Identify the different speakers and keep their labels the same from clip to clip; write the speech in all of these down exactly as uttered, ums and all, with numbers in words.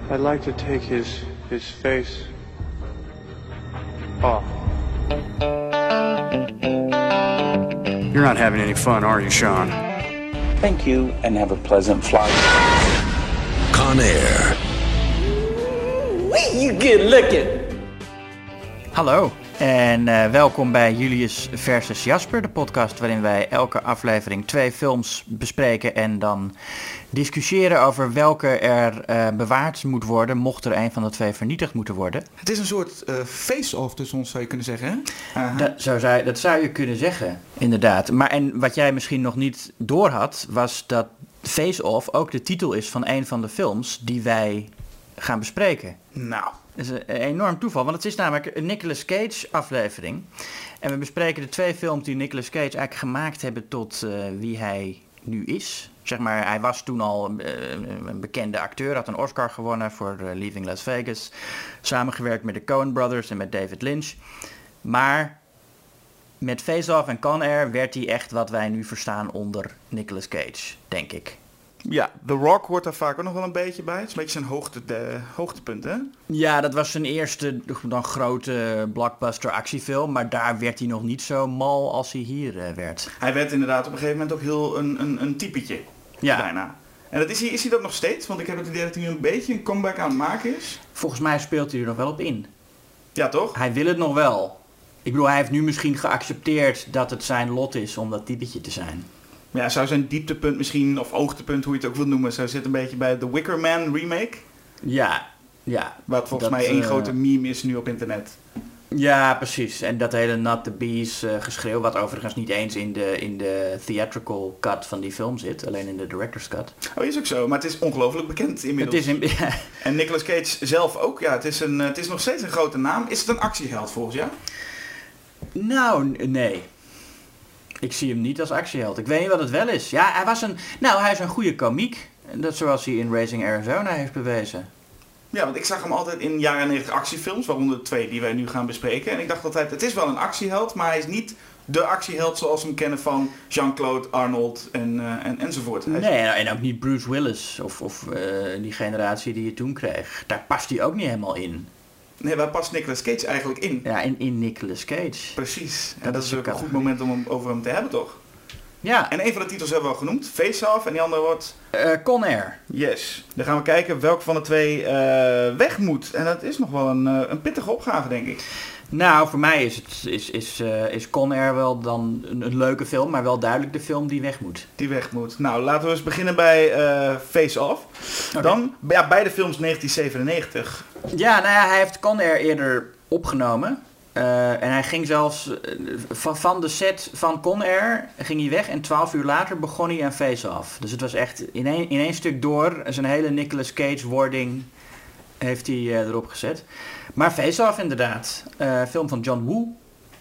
Speaker 1: I'd like to take his his face off.
Speaker 2: You're not having any fun, are you, Sean?
Speaker 3: Thank you, and have a pleasant flight.
Speaker 4: Con Air.
Speaker 5: You get looking.
Speaker 6: Hallo en uh, welkom bij Julius versus Jasper, de podcast waarin wij elke aflevering twee films bespreken en dan discussiëren over welke er uh, bewaard moet worden, mocht er een van de twee vernietigd moeten worden.
Speaker 5: Het is een soort uh, face-off tussen ons, zou je kunnen zeggen, hè? Uh-huh.
Speaker 6: Dat, zo zou, dat zou je kunnen zeggen, inderdaad. Maar en wat jij misschien nog niet doorhad, was dat Face-Off ook de titel is van een van de films die wij gaan bespreken.
Speaker 5: Nou...
Speaker 6: Dat is een enorm toeval, want het is namelijk een Nicolas Cage aflevering. En we bespreken de twee films die Nicolas Cage eigenlijk gemaakt hebben tot uh, wie hij nu is. Zeg maar, hij was toen al uh, een bekende acteur, had een Oscar gewonnen voor uh, Leaving Las Vegas. Samengewerkt met de Coen Brothers en met David Lynch. Maar met Face-Off en Con Air werd hij echt wat wij nu verstaan onder Nicolas Cage, denk ik.
Speaker 5: Ja, The Rock hoort daar vaak ook nog wel een beetje bij. Het is een beetje zijn hoogte, de, hoogtepunt, hè?
Speaker 6: Ja, dat was zijn eerste dan grote blockbuster actiefilm. Maar daar werd hij nog niet zo mal als hij hier uh, werd.
Speaker 5: Hij werd inderdaad op een gegeven moment ook heel een, een, een typetje.
Speaker 6: Ja.
Speaker 5: Bijna. En dat is, hij, is hij dat nog steeds? Want ik heb het idee dat hij nu een beetje een comeback aan het maken is.
Speaker 6: Volgens mij speelt hij er nog wel op in.
Speaker 5: Ja, toch?
Speaker 6: Hij wil het nog wel. Ik bedoel, hij heeft nu misschien geaccepteerd dat het zijn lot is om dat typetje te zijn.
Speaker 5: Ja, zou zijn dieptepunt misschien, of hoogtepunt, hoe je het ook wil noemen, zou zitten een beetje bij The Wicker Man remake.
Speaker 6: Ja, ja.
Speaker 5: Wat volgens
Speaker 6: dat,
Speaker 5: mij één
Speaker 6: uh,
Speaker 5: grote meme is nu op internet.
Speaker 6: Ja, precies. En dat hele Not the Bees uh, geschreeuw, wat overigens niet eens in de, in de theatrical cut van die film zit, alleen in de director's cut.
Speaker 5: Oh, is ook zo, maar het is ongelooflijk bekend inmiddels.
Speaker 6: Het is in, ja.
Speaker 5: En Nicolas Cage zelf ook, ja, het is, een, het is nog steeds een grote naam. Is het een actieheld volgens jou?
Speaker 6: Nou, nee. Ik zie hem niet als actieheld. Ik weet niet wat het wel is. Ja, hij was een... Nou, hij is een goede komiek. Dat zoals hij in Raising Arizona heeft bewezen.
Speaker 5: Ja, want ik zag hem altijd in jaren negentig actiefilms, waaronder de twee die wij nu gaan bespreken. En ik dacht altijd, het is wel een actieheld, maar hij is niet de actieheld zoals we hem kennen van Jean-Claude, Arnold en, uh, en, enzovoort.
Speaker 6: Nee, en ook niet Bruce Willis of, of uh, die generatie die je toen kreeg. Daar past hij ook niet helemaal in.
Speaker 5: Nee, waar past Nicolas Cage eigenlijk in?
Speaker 6: Ja, in, in Nicolas Cage.
Speaker 5: Precies. En
Speaker 6: dat,
Speaker 5: dat
Speaker 6: is
Speaker 5: is ook een goed moment om hem, over hem te hebben, toch?
Speaker 6: Ja.
Speaker 5: En een van de titels hebben we al genoemd, Face-Off, en die andere wordt...
Speaker 6: Uh, Con Air.
Speaker 5: Yes. Dan gaan we kijken welke van de twee uh, weg moet. En dat is nog wel een, uh, een pittige opgave, denk ik.
Speaker 6: Nou, voor mij is, het, is, is, uh, is Con Air wel dan een, een leuke film, maar wel duidelijk de film die weg moet.
Speaker 5: Die weg moet. Nou, laten we eens beginnen bij uh, Face-Off. Okay. Dan, ja, beide films negentien zevenennegentig.
Speaker 6: Ja, nou ja, hij heeft Con Air eerder opgenomen. Uh, en hij ging zelfs uh, van, van de set van Con Air ging hij weg en twaalf uur later begon hij aan Face-Off. Dus het was echt in één, in één stuk door, zijn hele Nicolas Cage wording heeft hij uh, erop gezet. Maar Face-Off inderdaad, uh, film van John Woo.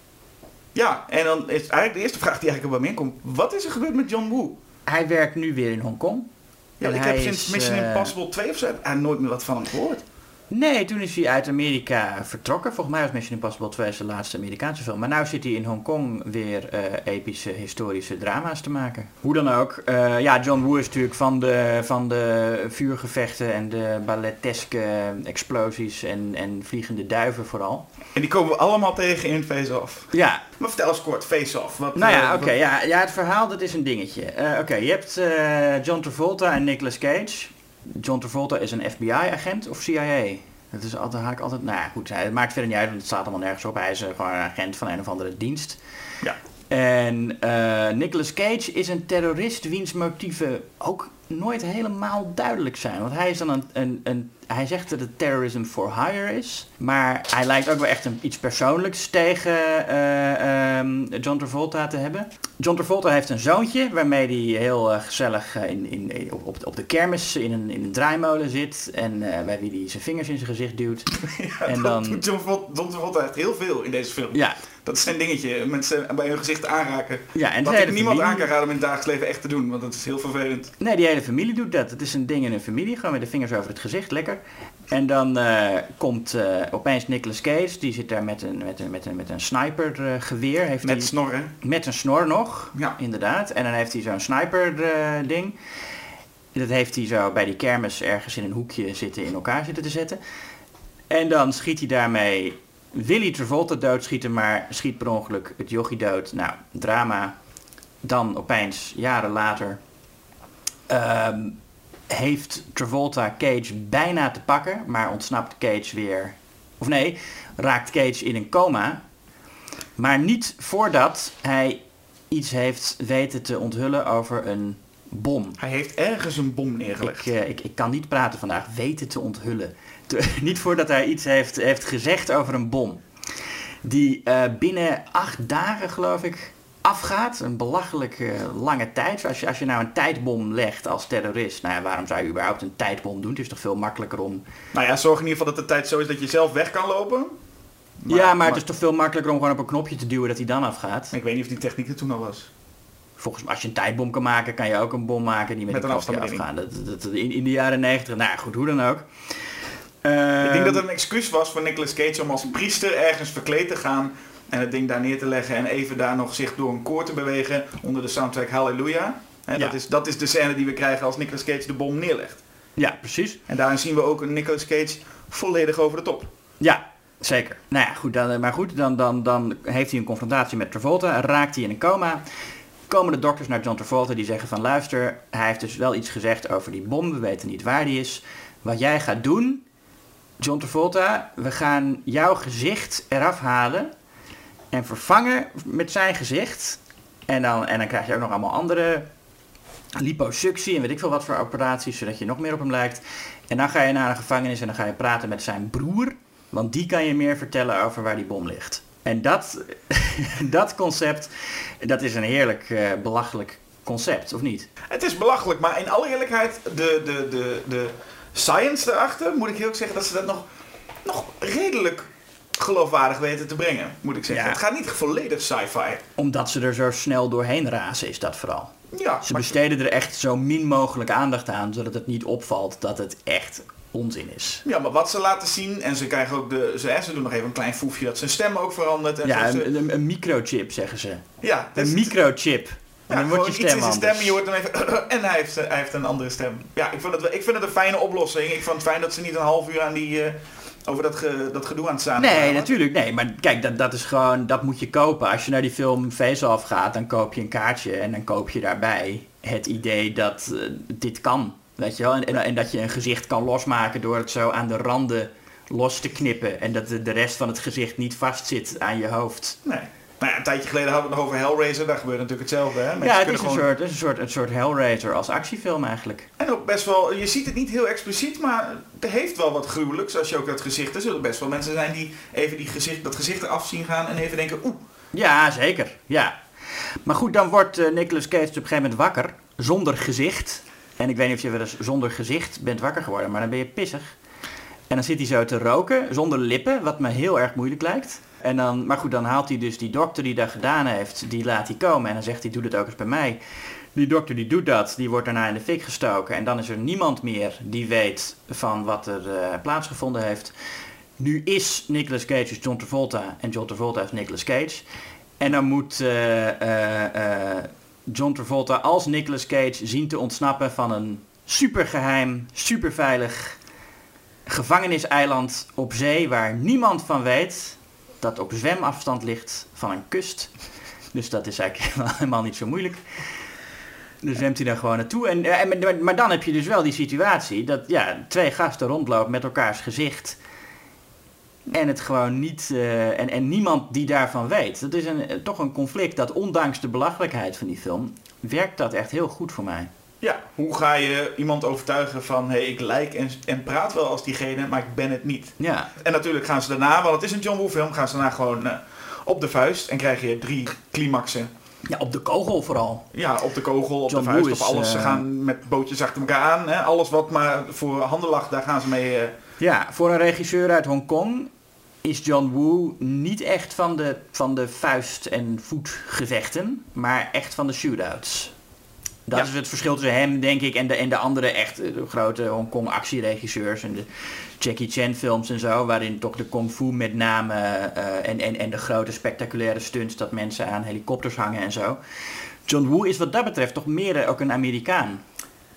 Speaker 5: Ja, en dan is eigenlijk de eerste vraag die eigenlijk bij me inkomt. Wat is er gebeurd met John Woo?
Speaker 6: Hij werkt nu weer in Hongkong.
Speaker 5: Ja, ik heb sinds Mission uh, Impossible twee of zo heb ik nooit meer wat van hem gehoord.
Speaker 6: Nee, toen is hij uit Amerika vertrokken. Volgens mij was Mission Impossible twee zijn laatste Amerikaanse film. Maar nu zit hij in Hongkong weer uh, epische, historische drama's te maken. Hoe dan ook. Uh, ja, John Woo is natuurlijk van de, van de vuurgevechten en de balleteske explosies en, en vliegende duiven vooral.
Speaker 5: En die komen we allemaal tegen in Face-Off.
Speaker 6: Ja.
Speaker 5: Maar vertel eens kort, Face-Off. Wat,
Speaker 6: nou ja,
Speaker 5: uh,
Speaker 6: oké. Okay, ja, ja, het verhaal, dat is een dingetje. Uh, oké, okay, je hebt uh, John Travolta en Nicolas Cage. John Travolta is een F B I-agent of C I A? Dat is altijd, haak altijd, nou ja, goed, het maakt verder niet uit, want het staat allemaal nergens op. Hij is uh, gewoon een agent van een of andere dienst.
Speaker 5: Ja.
Speaker 6: En uh, Nicolas Cage is een terrorist wiens motieven ook nooit helemaal duidelijk zijn. Want hij is dan een, een, een hij zegt dat het terrorism for hire is. Maar hij lijkt ook wel echt een, iets persoonlijks tegen uh, um, John Travolta te hebben. John Travolta heeft een zoontje waarmee hij heel uh, gezellig uh, in, in, op, op de kermis in een, in een draaimolen zit. En uh, bij wie hij zijn vingers in zijn gezicht duwt.
Speaker 5: Ja,
Speaker 6: en
Speaker 5: dan...
Speaker 6: dan...
Speaker 5: John Travolta heeft heel veel in deze film.
Speaker 6: Ja.
Speaker 5: Dat is zijn dingetje, mensen bij hun gezicht aanraken.
Speaker 6: Ja, en
Speaker 5: wat ik niemand
Speaker 6: familie...
Speaker 5: aan kan raden om in het dagelijks leven echt te doen, want dat is heel vervelend.
Speaker 6: Nee, die hele familie doet dat. Het is een ding in een familie, gewoon met de vingers over het gezicht, lekker. En dan uh, komt uh, opeens Nicolas Cage, die zit daar met een, met een, met een, met een snipergeweer. Uh,
Speaker 5: met snor, hè?
Speaker 6: Met een snor nog,
Speaker 5: ja.
Speaker 6: Inderdaad. En dan heeft hij zo'n sniper uh, ding. Dat heeft hij zo bij die kermis ergens in een hoekje zitten in elkaar zitten te zetten. En dan schiet hij daarmee Willy Travolta doodschieten, maar schiet per ongeluk het jochie dood. Nou, drama. Dan opeens, jaren later, um, heeft Travolta Cage bijna te pakken, maar ontsnapt Cage weer. Of nee, raakt Cage in een coma. Maar niet voordat hij iets heeft weten te onthullen over een bom.
Speaker 5: Hij heeft ergens een bom neergelegd.
Speaker 6: Ik, uh, ik, ik kan niet praten vandaag. Weten te onthullen. Te, niet voordat hij iets heeft, heeft gezegd over een bom. Die uh, binnen acht dagen, geloof ik, afgaat. Een belachelijk uh, lange tijd. Als je, als je nou een tijdbom legt als terrorist. Nou ja, waarom zou je überhaupt een tijdbom doen? Het is toch veel makkelijker om...
Speaker 5: Nou ja, zorg in ieder geval dat de tijd zo is dat je zelf weg kan lopen.
Speaker 6: Maar, ja, maar, maar het is toch veel makkelijker om gewoon op een knopje te duwen dat hij dan afgaat.
Speaker 5: Ik weet niet of die techniek er toen al was.
Speaker 6: Volgens mij, als je een tijdbom kan maken, kan je ook een bom maken die met, met een knopje afgaan. Dat, dat, dat, in, in de jaren negentig, nou goed, hoe dan ook. Uh,
Speaker 5: ik denk dat het een excuus was voor Nicolas Cage om als priester ergens verkleed te gaan en het ding daar neer te leggen en even daar nog zich door een koor te bewegen onder de soundtrack Hallelujah. He, ja. dat, is, dat is de scène die we krijgen als Nicolas Cage de bom neerlegt.
Speaker 6: Ja, precies.
Speaker 5: En daarin zien we ook een Nicolas Cage volledig over de top.
Speaker 6: Ja, zeker. Nou ja, goed, dan, maar goed, dan, dan, dan heeft hij een confrontatie met Travolta, raakt hij in een coma. Komen de dokters naar John Travolta die zeggen van luister, hij heeft dus wel iets gezegd over die bom, we weten niet waar die is. Wat jij gaat doen, John Travolta, we gaan jouw gezicht eraf halen en vervangen met zijn gezicht. En dan, en dan krijg je ook nog allemaal andere liposuctie en weet ik veel wat voor operaties, zodat je nog meer op hem lijkt. En dan ga je naar een gevangenis en dan ga je praten met zijn broer, want die kan je meer vertellen over waar die bom ligt. En dat, dat concept, dat is een heerlijk uh, belachelijk concept, of niet?
Speaker 5: Het is belachelijk, maar in alle eerlijkheid, de, de, de, de science erachter, moet ik heel erg zeggen dat ze dat nog, nog redelijk geloofwaardig weten te brengen, moet ik zeggen. Ja. Het gaat niet volledig sci-fi.
Speaker 6: Omdat ze er zo snel doorheen razen, is dat vooral.
Speaker 5: Ja,
Speaker 6: ze besteden er echt zo min mogelijk aandacht aan, zodat het niet opvalt dat het echt onzin is.
Speaker 5: Ja, maar wat ze laten zien, en ze krijgen ook de, ze, ze doen nog even een klein foefje dat zijn stem ook verandert. En
Speaker 6: ja,
Speaker 5: ze,
Speaker 6: een, een, een microchip zeggen ze.
Speaker 5: Ja,
Speaker 6: een microchip.
Speaker 5: Ja, dan wordt je stem iets in zijn stem en je hoort dan even en hij heeft, hij heeft een andere stem. Ja, ik vind, het, ik vind het een fijne oplossing. Ik vond het fijn dat ze niet een half uur aan die uh, over dat, ge, dat gedoe aan het staan
Speaker 6: Nee,
Speaker 5: waren.
Speaker 6: natuurlijk. Nee, maar kijk, dat, dat is gewoon, dat moet je kopen. Als je naar die film Face Off gaat, dan koop je een kaartje en dan koop je daarbij het idee dat uh, dit kan. Weet je wel? En, en, en dat je een gezicht kan losmaken door het zo aan de randen los te knippen. En dat de, de rest van het gezicht niet vastzit aan je hoofd.
Speaker 5: Nee. Nou ja, een tijdje geleden hadden we het nog over Hellraiser. Daar gebeurt natuurlijk hetzelfde. Hè?
Speaker 6: Ja, het is, gewoon... een soort, het is een, soort, een soort Hellraiser als actiefilm eigenlijk.
Speaker 5: En ook best wel, je ziet het niet heel expliciet, maar het heeft wel wat gruwelijks. Als je ook dat gezicht, er zullen best wel mensen zijn die even die gezicht, dat gezicht eraf zien gaan en even denken, oeh.
Speaker 6: Ja, zeker. Ja. Maar goed, dan wordt uh, Nicolas Cage op een gegeven moment wakker, zonder gezicht. En ik weet niet of je wel eens zonder gezicht bent wakker geworden, maar dan ben je pissig. En dan zit hij zo te roken, zonder lippen, wat me heel erg moeilijk lijkt. En dan, maar goed, dan haalt hij dus die dokter die dat gedaan heeft, die laat hij komen. En dan zegt hij, doe dat ook eens bij mij. Die dokter die doet dat, die wordt daarna in de fik gestoken. En dan is er niemand meer die weet van wat er uh, plaatsgevonden heeft. Nu is Nicolas Cage dus John Travolta en John Travolta is Nicolas Cage. En dan moet uh, uh, uh, John Travolta als Nicolas Cage zien te ontsnappen van een supergeheim, superveilig gevangeniseiland op zee waar niemand van weet, dat op zwemafstand ligt van een kust. Dus dat is eigenlijk helemaal niet zo moeilijk. Dus zwemt hij daar gewoon naartoe. En, en, maar dan heb je dus wel die situatie dat ja, twee gasten rondlopen met elkaars gezicht. En het gewoon niet. Uh, en, en niemand die daarvan weet. Dat is een, toch een conflict dat ondanks de belachelijkheid van die film, werkt dat echt heel goed voor mij.
Speaker 5: Ja, hoe ga je iemand overtuigen van, hé, hey, ik lijk en, en praat wel als diegene, maar ik ben het niet.
Speaker 6: Ja.
Speaker 5: En natuurlijk gaan ze daarna, want het is een John Woo film, gaan ze daarna gewoon uh, op de vuist en krijg je drie climaxen.
Speaker 6: Ja, op de kogel vooral.
Speaker 5: Ja, op de kogel, op
Speaker 6: John
Speaker 5: de vuist,
Speaker 6: Woo is,
Speaker 5: op alles. Ze
Speaker 6: uh...
Speaker 5: gaan met bootjes achter elkaar aan. Hè? Alles wat maar voor handen lag, daar gaan ze mee. Uh...
Speaker 6: Ja, voor een regisseur uit Hongkong is John Woo niet echt van de, van de vuist- en voetgevechten, maar echt van de shootouts. Dat ja. is het verschil tussen hem, denk ik, en de, en de andere echt de grote Hongkong actieregisseurs en de Jackie Chan films en zo, waarin toch de kung fu met name uh, en, en, en de grote spectaculaire stunts dat mensen aan helikopters hangen en zo. John Woo is wat dat betreft toch meer ook een Amerikaan.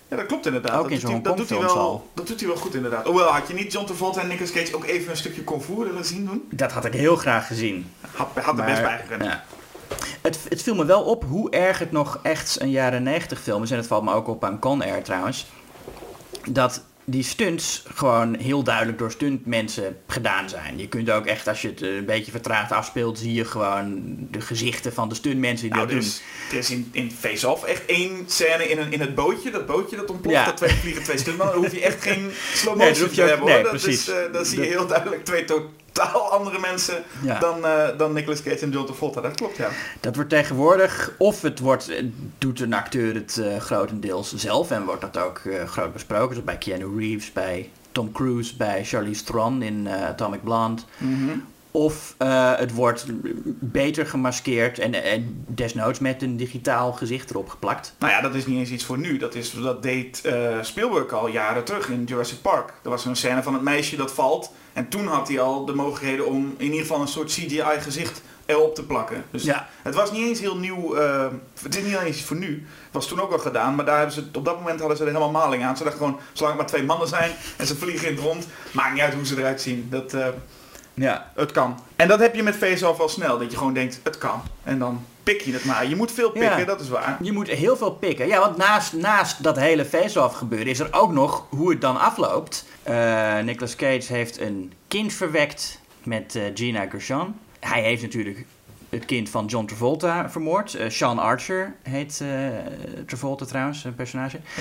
Speaker 5: Ja, dat klopt inderdaad.
Speaker 6: Ook
Speaker 5: dat
Speaker 6: in
Speaker 5: doet
Speaker 6: zo'n
Speaker 5: hij- dat doet hij
Speaker 6: Hongkong-films
Speaker 5: wel,
Speaker 6: al.
Speaker 5: dat doet hij wel goed inderdaad. Hoewel, had je niet John Travolta en Nicolas Cage ook even een stukje kung fu willen zien doen?
Speaker 6: Dat had ik heel graag gezien.
Speaker 5: Had, had er best
Speaker 6: Maar,
Speaker 5: bij gekund.
Speaker 6: ja. Het, het viel me wel op hoe erg het nog echt een jaren negentig film is. En het valt me ook op aan Con Air trouwens. Dat die stunts gewoon heel duidelijk door stuntmensen gedaan zijn. Je kunt ook echt, als je het een beetje vertraagd afspeelt, zie je gewoon de gezichten van de stuntmensen die
Speaker 5: Nou,
Speaker 6: dat
Speaker 5: er
Speaker 6: doen.
Speaker 5: is, er is in, in Face Off echt één scène in, een, in het bootje. Dat bootje dat ontploft,
Speaker 6: Ja.
Speaker 5: dat twee vliegen, twee stuntmannen. Dan hoef je echt geen slow
Speaker 6: Nee,
Speaker 5: motion
Speaker 6: dat hoef je
Speaker 5: te
Speaker 6: ook-
Speaker 5: hebben
Speaker 6: nee,
Speaker 5: hoor. Dat
Speaker 6: precies.
Speaker 5: is, eh, dan zie je
Speaker 6: De-
Speaker 5: heel duidelijk twee totaal andere mensen
Speaker 6: Ja.
Speaker 5: dan, eh, dan Nicolas Cage en John Travolta. Dat klopt, ja.
Speaker 6: Dat wordt tegenwoordig, of het wordt, eh, doet een acteur het eh, grotendeels zelf en wordt dat ook eh, groot besproken. Zoals bij Keanu Reeves, bij Tom Cruise, bij Charlize Theron in eh, Atomic Blonde. Of eh, het wordt beter gemaskeerd en, en desnoods met een digitaal gezicht erop geplakt.
Speaker 5: Nou ja, dat is niet eens iets voor nu. Dat, is, dat deed eh, Spielberg al jaren terug in Jurassic Park. Er was een scène van het meisje dat valt. En toen had hij al de mogelijkheden om in ieder geval een soort C G I gezicht erop te plakken. Dus
Speaker 6: Ja.
Speaker 5: het was niet eens heel nieuw. eh, het is niet eens iets voor nu. Het was toen ook al gedaan. Maar daar hebben ze, op dat moment hadden ze er helemaal maling aan. Ze dachten gewoon, zolang het maar twee mannen zijn en ze vliegen in het rond. Maakt niet uit hoe ze eruit zien. Dat, eh,
Speaker 6: Ja.
Speaker 5: het kan. En dat heb je met Face Off al snel. Dat je gewoon denkt, het kan. En dan pik je het maar. Je moet veel pikken,
Speaker 6: Ja.
Speaker 5: dat is waar.
Speaker 6: Je moet heel veel pikken. Ja, want naast, naast dat hele face-off gebeuren is er ook nog hoe het dan afloopt. Uh, Nicolas Cage heeft een kind verwekt met uh, Gina Gershon. Hij heeft natuurlijk het kind van John Travolta vermoord. Uh, Sean Archer heet uh, Travolta trouwens, een personage.
Speaker 5: Ja.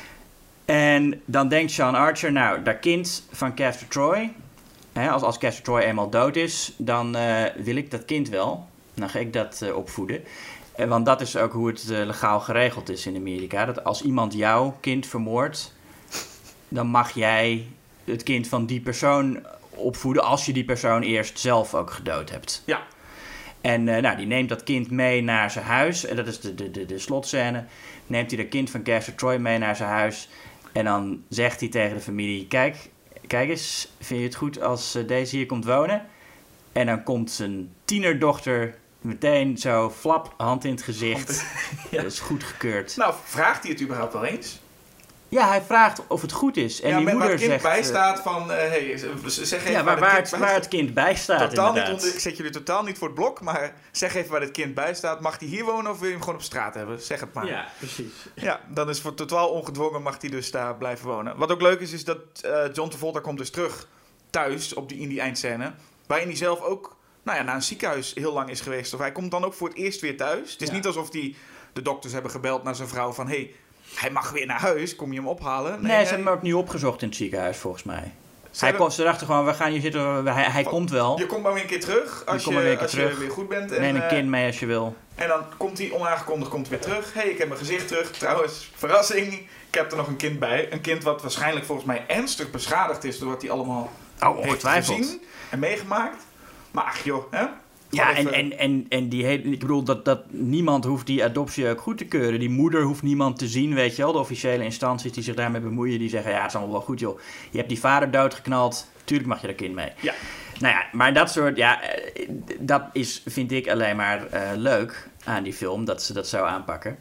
Speaker 6: En dan denkt Sean Archer, nou, dat kind van Castor Troy, hè, als, als Castor Troy eenmaal dood is, dan uh, wil ik dat kind wel. Dan ga ik dat uh, opvoeden. Uh, want dat is ook hoe het uh, legaal geregeld is in Amerika. Dat als iemand jouw kind vermoordt, dan mag jij het kind van die persoon opvoeden als je die persoon eerst zelf ook gedood hebt.
Speaker 5: Ja.
Speaker 6: En uh, nou, die neemt dat kind mee naar zijn huis. En dat is de, de, de, de slotscène. Neemt hij dat kind van Castor Troy mee naar zijn huis. En dan zegt hij tegen de familie, kijk, kijk eens, vind je het goed als uh, deze hier komt wonen? En dan komt zijn tienerdochter meteen zo flap, hand in het gezicht.
Speaker 5: Ja.
Speaker 6: Dat is goedgekeurd.
Speaker 5: Nou, vraagt hij het überhaupt wel eens?
Speaker 6: Ja, hij vraagt of het goed is. En
Speaker 5: ja,
Speaker 6: die
Speaker 5: met
Speaker 6: moeder
Speaker 5: waar het kind
Speaker 6: zegt...
Speaker 5: bij
Speaker 6: uh,
Speaker 5: staat van, uh, hey, zeg even
Speaker 6: ja, waar,
Speaker 5: waar,
Speaker 6: waar,
Speaker 5: het
Speaker 6: het,
Speaker 5: kind bij
Speaker 6: waar
Speaker 5: staat.
Speaker 6: het kind bij staat,
Speaker 5: Totaal niet
Speaker 6: inderdaad.
Speaker 5: onder, ik zet jullie totaal niet voor het blok, maar zeg even waar dit kind bij staat. Mag hij hier wonen of wil je hem gewoon op straat hebben? Zeg het maar.
Speaker 6: Ja, precies.
Speaker 5: Ja, dan is voor totaal ongedwongen mag hij dus daar blijven wonen. Wat ook leuk is, is dat uh, John Travolta komt dus terug thuis op die, in die eindscène. Waarin hij zelf ook nou ja, naar een ziekenhuis heel lang is geweest. Of hij komt dan ook voor het eerst weer thuis. Het is
Speaker 6: Ja.
Speaker 5: niet alsof die, de dokters hebben gebeld naar zijn vrouw van... Hey, hij mag weer naar huis, kom je hem ophalen?
Speaker 6: Nee, ze hebben hem ook niet opgezocht in het ziekenhuis, volgens mij. Hij
Speaker 5: hebben-
Speaker 6: kon, ze dachten gewoon, we gaan hier zitten, hij, hij komt wel.
Speaker 5: Je komt maar weer een keer terug als,
Speaker 6: Je
Speaker 5: je,
Speaker 6: komt maar weer een keer
Speaker 5: als je
Speaker 6: terug.
Speaker 5: weer goed bent. En,
Speaker 6: Neem een
Speaker 5: eh,
Speaker 6: kind mee als je wil.
Speaker 5: En dan komt hij onaangekondigd komt weer terug. Hé, hey, ik heb mijn gezicht terug. Trouwens, verrassing. Ik heb er nog een kind bij. Een kind wat waarschijnlijk volgens mij ernstig beschadigd is... door wat hij allemaal
Speaker 6: Oh,
Speaker 5: heeft
Speaker 6: ongetwijfeld.
Speaker 5: gezien en meegemaakt. Maar ach joh, hè?
Speaker 6: Ja,
Speaker 5: Gewoon
Speaker 6: en,
Speaker 5: even-
Speaker 6: en, en, en die hele, ik bedoel, dat, dat niemand hoeft die adoptie ook goed te keuren. Die moeder hoeft niemand te zien, weet je wel. De officiële instanties die zich daarmee bemoeien, die zeggen... ja, het is allemaal wel goed, joh. Je hebt die vader doodgeknald, tuurlijk mag je dat kind mee.
Speaker 5: Ja.
Speaker 6: Nou ja, maar dat soort, ja, eh, dat is, vind ik alleen maar uh, leuk aan die film, dat ze dat zo aanpakken.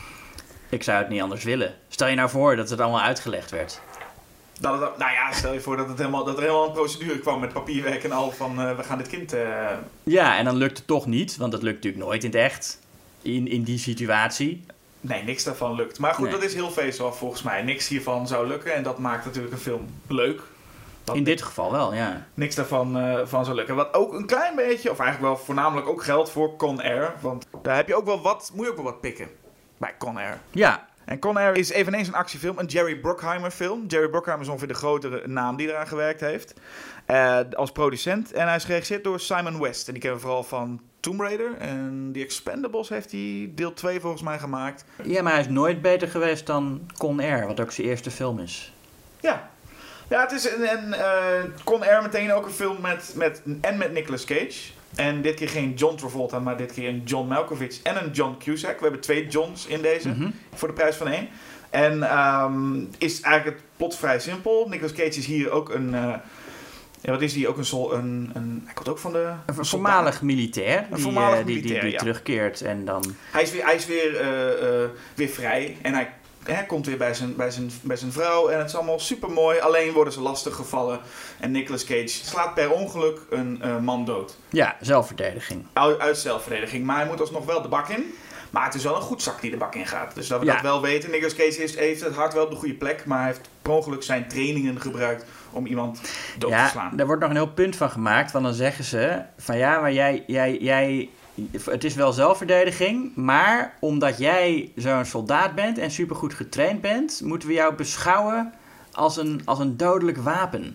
Speaker 6: Ik zou het niet anders willen. Stel je nou voor dat het allemaal uitgelegd werd.
Speaker 5: Dat het, nou ja, stel je voor dat, het helemaal, dat er helemaal een procedure kwam met papierwerk en al van... Uh, we gaan dit kind... Uh...
Speaker 6: Ja, en dan lukt het toch niet, want dat lukt natuurlijk nooit in het echt. In, in die situatie.
Speaker 5: Nee, niks daarvan lukt. Maar goed,
Speaker 6: Nee.
Speaker 5: dat is heel Face-Off volgens mij. Niks hiervan zou lukken en dat maakt natuurlijk een film leuk. Dat
Speaker 6: In dit geval wel, ja.
Speaker 5: niks daarvan uh, van zou lukken. Wat ook een klein beetje, of eigenlijk wel voornamelijk ook geldt voor Con Air. Want daar heb je ook wel wat, moet je ook wel wat pikken bij Con Air.
Speaker 6: Ja,
Speaker 5: En Con Air is eveneens een actiefilm, een Jerry Bruckheimer film. Jerry Bruckheimer is ongeveer de grotere naam die eraan gewerkt heeft. Uh, als producent. En hij is geregisseerd door Simon West. En die kennen we vooral van Tomb Raider. En The Expendables heeft hij deel twee volgens mij gemaakt.
Speaker 6: ja, maar hij is nooit beter geweest dan Con Air, wat ook zijn eerste film is.
Speaker 5: Ja. Ja, het is een, een uh, Con Air meteen ook een film met, met, en met Nicolas Cage. En dit keer geen John Travolta, maar dit keer een John Malkovich en een John Cusack. We hebben twee Johns in deze,
Speaker 6: Mhm.
Speaker 5: voor de prijs van één. En um, is eigenlijk het plot vrij simpel. Nicolas Cage is hier ook een... Uh, ja, wat is hij? Ook een, sol, een, een... Hij komt ook van de...
Speaker 6: Een voormalig militair, die,
Speaker 5: voormalig
Speaker 6: eh, die, die,
Speaker 5: militair,
Speaker 6: die
Speaker 5: ja.
Speaker 6: terugkeert en dan...
Speaker 5: Hij is weer, hij is weer, uh, uh, weer vrij en hij, Hij komt weer bij zijn, bij, zijn, bij zijn vrouw en het is allemaal super mooi. Alleen worden ze lastig gevallen. En Nicolas Cage slaat per ongeluk een uh, man dood.
Speaker 6: Ja, zelfverdediging.
Speaker 5: Uit, uit zelfverdediging. Maar hij moet alsnog wel de bak in. Maar het is wel een goed zak die de bak in gaat. Dus dat we
Speaker 6: ja.
Speaker 5: dat wel weten. Nicolas Cage heeft, heeft het hart wel op de goede plek. Maar hij heeft per ongeluk zijn trainingen gebruikt om iemand dood
Speaker 6: ja,
Speaker 5: te slaan.
Speaker 6: Daar wordt nog een heel punt van gemaakt. Want dan zeggen ze van ja, maar jij, jij, jij, het is wel zelfverdediging. Maar omdat jij zo'n soldaat bent en supergoed getraind bent, moeten we jou beschouwen als een, als een dodelijk wapen.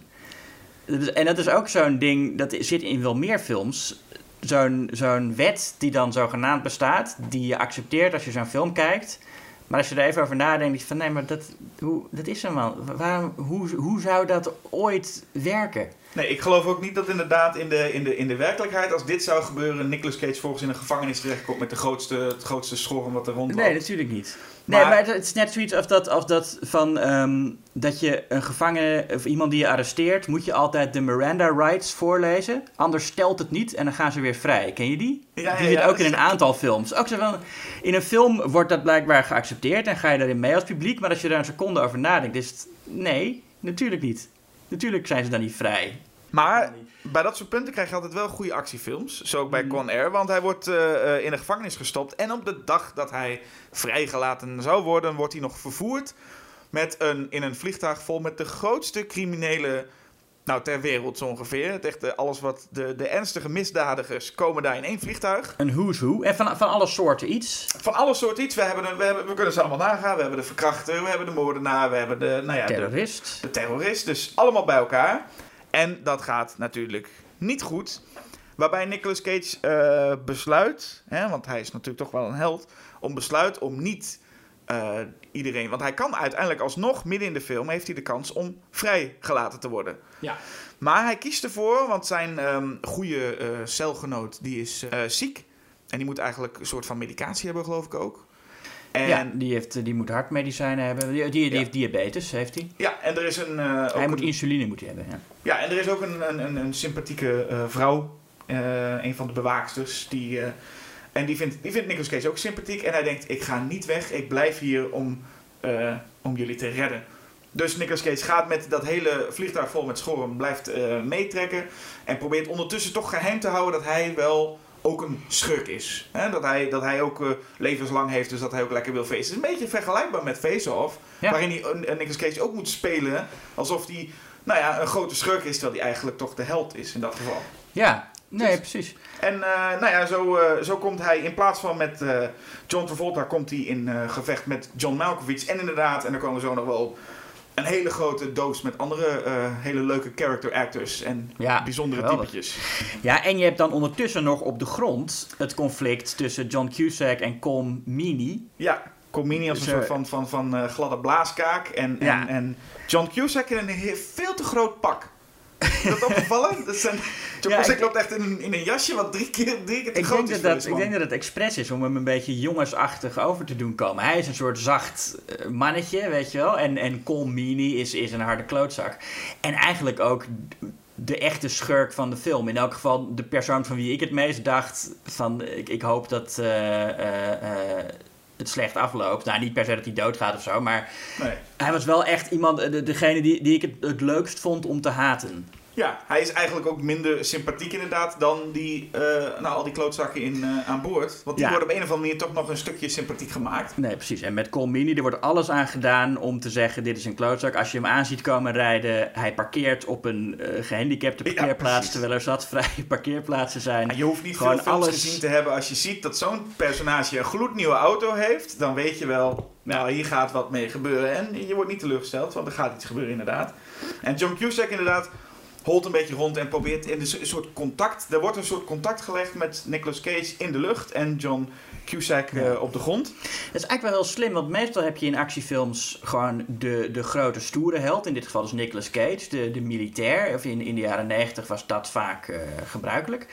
Speaker 6: En dat is ook zo'n ding, dat zit in wel meer films. Zo'n, zo'n wet die dan zogenaamd bestaat, die je accepteert als je zo'n film kijkt. Maar als je er even over nadenkt, van nee, maar dat, hoe, dat is zo man. Waarom, hoe, hoe zou dat ooit werken?
Speaker 5: Nee, ik geloof ook niet dat inderdaad in de, in de, in de werkelijkheid, als dit zou gebeuren, Nicolas Cage volgens in een gevangenis terechtkomt met de grootste, het grootste schorm wat er rondloopt.
Speaker 6: Nee, natuurlijk niet. Nee, maar, maar het is net zoiets als dat, als dat van um, dat je een gevangene of iemand die je arresteert, moet je altijd de Miranda rights voorlezen. Anders stelt het niet en dan gaan ze weer vrij. Ken je die?
Speaker 5: Ja, ja,
Speaker 6: die zit
Speaker 5: ja,
Speaker 6: ook in een aantal films. Ook zo van, in een film wordt dat blijkbaar geaccepteerd en ga je daarin mee als publiek. Maar als je daar een seconde over nadenkt, is het nee, natuurlijk niet. Natuurlijk zijn ze dan niet vrij.
Speaker 5: Maar bij dat soort punten krijg je altijd wel goede actiefilms. Zo ook bij Con Air, want hij wordt uh, in de gevangenis gestopt. En op de dag dat hij vrijgelaten zou worden, wordt hij nog vervoerd met een, in een vliegtuig vol met de grootste criminelen nou, ter wereld zo ongeveer. Het echt, uh, alles wat de, de ernstige misdadigers komen daar in één vliegtuig.
Speaker 6: Een who's who. En van, van alle soorten iets.
Speaker 5: Van alle soorten iets. We, hebben, we, hebben, we kunnen ze allemaal nagaan. We hebben de verkrachter, we hebben de moordenaar, we hebben de, nou ja,
Speaker 6: terrorist.
Speaker 5: De, de terrorist. Dus allemaal bij elkaar. En dat gaat natuurlijk niet goed. Waarbij Nicolas Cage uh, besluit, hè, want hij is natuurlijk toch wel een held, om besluit om niet uh, iedereen... Want hij kan uiteindelijk alsnog, midden in de film, heeft hij de kans om vrijgelaten te worden.
Speaker 6: Ja.
Speaker 5: Maar hij kiest ervoor, want zijn um, goede uh, celgenoot, die is uh, ziek. En die moet eigenlijk een soort van medicatie hebben, geloof ik ook. En
Speaker 6: ja, die, heeft, die moet hartmedicijnen hebben. Die, die, die
Speaker 5: ja.
Speaker 6: heeft diabetes, heeft hij.
Speaker 5: Ja, en er is een... Uh,
Speaker 6: hij
Speaker 5: ook
Speaker 6: moet
Speaker 5: een,
Speaker 6: insuline moet hij hebben, ja.
Speaker 5: Ja, en er is ook een, een, een, een sympathieke uh, vrouw, uh, een van de bewaaksters, die... Uh, en die vindt, die vindt Nicolas Cage ook sympathiek. En hij denkt, ik ga niet weg, ik blijf hier om, uh, om jullie te redden. Dus Nicolas Cage gaat met dat hele vliegtuig vol met schorm, blijft uh, meetrekken. En probeert ondertussen toch geheim te houden dat hij wel ook een schurk is. He, dat, hij, dat hij ook uh, levenslang heeft, dus dat hij ook lekker wil feesten. Het is een beetje vergelijkbaar met Face Off. Ja. Waarin hij, uh, Nicolas Cage ook moet spelen alsof hij nou ja, een grote schurk is, terwijl hij eigenlijk toch de held is in dat geval.
Speaker 6: Ja, nee, dus, precies.
Speaker 5: En uh, nou ja, zo, uh, zo komt hij in plaats van met uh, John Travolta, komt hij in uh, gevecht met John Malkovich. En inderdaad, en daar komen we zo nog wel op, een hele grote doos met andere uh, hele leuke character actors en ja, bijzondere geweldig. typetjes.
Speaker 6: Ja, en je hebt dan ondertussen nog op de grond het conflict tussen John Cusack en Colm Meaney.
Speaker 5: Ja, Colm Meaney als dus, een soort van, van, van uh, gladde blaaskaak. En, ja. en, en John Cusack in een veel te groot pak. Is dat opgevallen? Dat zijn, John ja, Cusack loopt echt in een, in een jasje wat drie keer, drie keer te
Speaker 6: ik
Speaker 5: groot
Speaker 6: denk
Speaker 5: is
Speaker 6: dat,
Speaker 5: voor
Speaker 6: dat, Ik denk dat het expres is om hem een beetje jongensachtig over te doen komen. Hij is een soort zacht uh, mannetje, weet je wel. En, en Colm Meaney is, is een harde klootzak. En eigenlijk ook de echte schurk van de film. In elk geval de persoon van wie ik het meest dacht van... Ik, ik hoop dat... Uh, uh, uh, het slecht afloopt. Nou, niet per se dat hij doodgaat of zo, maar
Speaker 5: nee.
Speaker 6: Hij was wel echt iemand, de, degene die, die ik het, het leukst vond om te haten.
Speaker 5: Ja, hij is eigenlijk ook minder sympathiek inderdaad dan die, uh, nou, al die klootzakken in, uh, aan boord. Want die ja. worden op een of andere manier toch nog een stukje sympathiek gemaakt.
Speaker 6: Nee, precies. En met Colm Meaney, er wordt alles aan gedaan om te zeggen, dit is een klootzak. Als je hem aan ziet komen rijden, hij parkeert op een uh, gehandicapte parkeerplaats, ja, terwijl er zat vrije parkeerplaatsen zijn.
Speaker 5: Ja, je hoeft niet
Speaker 6: Gewoon
Speaker 5: veel films
Speaker 6: alles...
Speaker 5: gezien te hebben. Als je ziet dat zo'n personage een gloednieuwe auto heeft, dan weet je wel, nou, hier gaat wat mee gebeuren. En je wordt niet teleurgesteld, want er gaat iets gebeuren inderdaad. En John Cusack inderdaad holt een beetje rond en probeert in een soort contact. Er wordt een soort contact gelegd met Nicolas Cage in de lucht en John Cusack ja. uh, op de grond.
Speaker 6: Dat is eigenlijk wel heel slim, want meestal heb je in actiefilms gewoon de, de grote stoere held. In dit geval is Nicolas Cage, de, de militair. Of in, in de jaren negentig was dat vaak uh, gebruikelijk.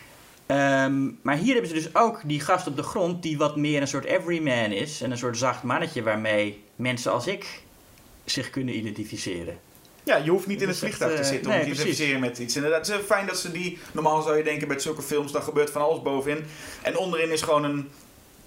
Speaker 6: Um, maar hier hebben ze dus ook die gast op de grond die wat meer een soort everyman is. En een soort zacht mannetje waarmee mensen als ik zich kunnen identificeren.
Speaker 5: Ja, je hoeft niet in het vliegtuig te zitten om nee, te identificeren met iets. Inderdaad, het is fijn dat ze die... Normaal zou je denken bij zulke films, daar gebeurt van alles bovenin. En onderin is gewoon een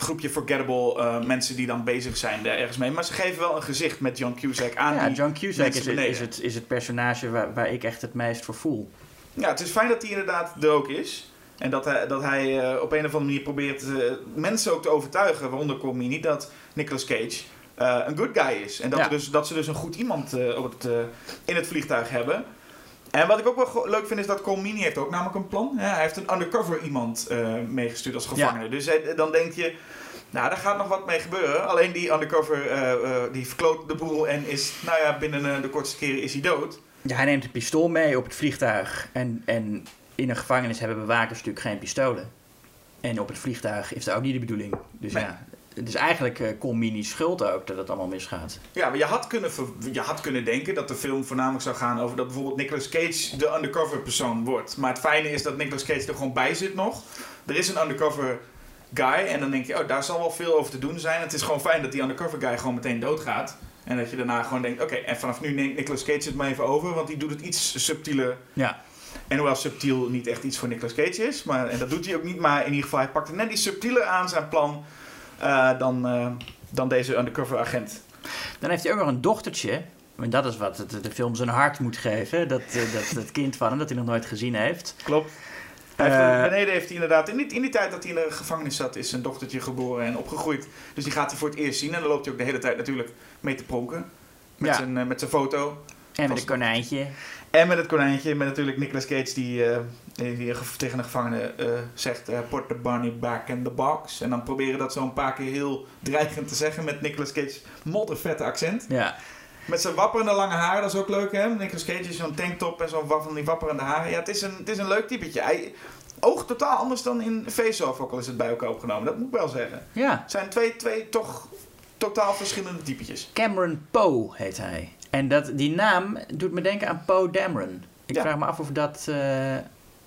Speaker 5: groepje forgettable uh, mensen die dan bezig zijn daar ergens mee. Maar ze geven wel een gezicht met John Cusack aan.
Speaker 6: Ja,
Speaker 5: die
Speaker 6: John Cusack is,
Speaker 5: beneden.
Speaker 6: is, het, is het personage waar, waar ik echt het meest voor voel.
Speaker 5: Ja, het is fijn dat hij inderdaad er ook is. En dat hij, dat hij uh, op een of andere manier probeert uh, mensen ook te overtuigen, waaronder Colmini, dat Nicolas Cage uh, een good guy is. En dat,
Speaker 6: ja.
Speaker 5: er dus, dat ze dus een goed iemand uh, op het, uh, in het vliegtuig hebben. En wat ik ook wel leuk vind is dat Colmini heeft ook namelijk een plan. Ja, hij heeft een undercover iemand uh, meegestuurd als gevangene. Ja. Dus hij, dan denk je, nou daar gaat nog wat mee gebeuren. Alleen die undercover, uh, uh, die verkloot de boel en is, nou ja, binnen uh, de kortste keren is hij dood.
Speaker 6: Ja, hij neemt een pistool mee op het vliegtuig. En, en in een gevangenis hebben bewakers natuurlijk geen pistolen. En op het vliegtuig is dat ook niet de bedoeling. Dus nee. ja, het is eigenlijk uh, Colmini's schuld ook dat het allemaal misgaat.
Speaker 5: Ja, maar je had, kunnen, je had kunnen denken dat de film voornamelijk zou gaan over dat bijvoorbeeld Nicolas Cage de undercover persoon wordt. Maar het fijne is dat Nicolas Cage er gewoon bij zit nog. Er is een undercover guy en dan denk je, oh, daar zal wel veel over te doen zijn. Het is gewoon fijn dat die undercover guy gewoon meteen doodgaat. En dat je daarna gewoon denkt, oké, okay, en vanaf nu neemt Nicolas Cage het maar even over, want die doet het iets subtieler.
Speaker 6: Ja.
Speaker 5: En hoewel subtiel niet echt iets voor Nicolas Cage is, maar, en dat doet hij ook niet, maar in ieder geval, hij pakt er net iets subtieler aan zijn plan uh, dan, uh, dan deze undercover agent.
Speaker 6: Dan heeft hij ook nog een dochtertje, en dat is wat de, de film zijn hart moet geven, dat, uh, dat, dat kind van hem, dat hij nog nooit gezien heeft.
Speaker 5: Klopt. Hij heeft, uh, beneden heeft hij inderdaad, in die, in die tijd dat hij in de gevangenis zat, is zijn dochtertje geboren en opgegroeid. Dus die gaat hij voor het eerst zien en dan loopt hij ook de hele tijd natuurlijk mee te pronken. Met, ja. zijn, uh, met zijn foto.
Speaker 6: En met een konijntje.
Speaker 5: En met het konijntje, met natuurlijk Nicolas Cage die, uh, die tegen de gevangene uh, zegt, uh, put the bunny back in the box. En dan proberen dat zo een paar keer heel dreigend te zeggen met Nicolas Cage's moddervette accent.
Speaker 6: Ja.
Speaker 5: Met zijn wapperende lange haren, dat is ook leuk hè. Nicolas Cage is zo'n tanktop en zo'n van die wapperende haren. Ja, het is een, het is een leuk typetje. Hij oogt totaal anders dan in Face-Off, ook al is het bij elkaar opgenomen. Dat moet ik wel zeggen.
Speaker 6: Ja.
Speaker 5: Het zijn twee, twee toch totaal verschillende typetjes.
Speaker 6: Cameron Poe heet hij. En dat, die naam doet me denken aan Poe Dameron. Ik ja. vraag me af of dat... Uh,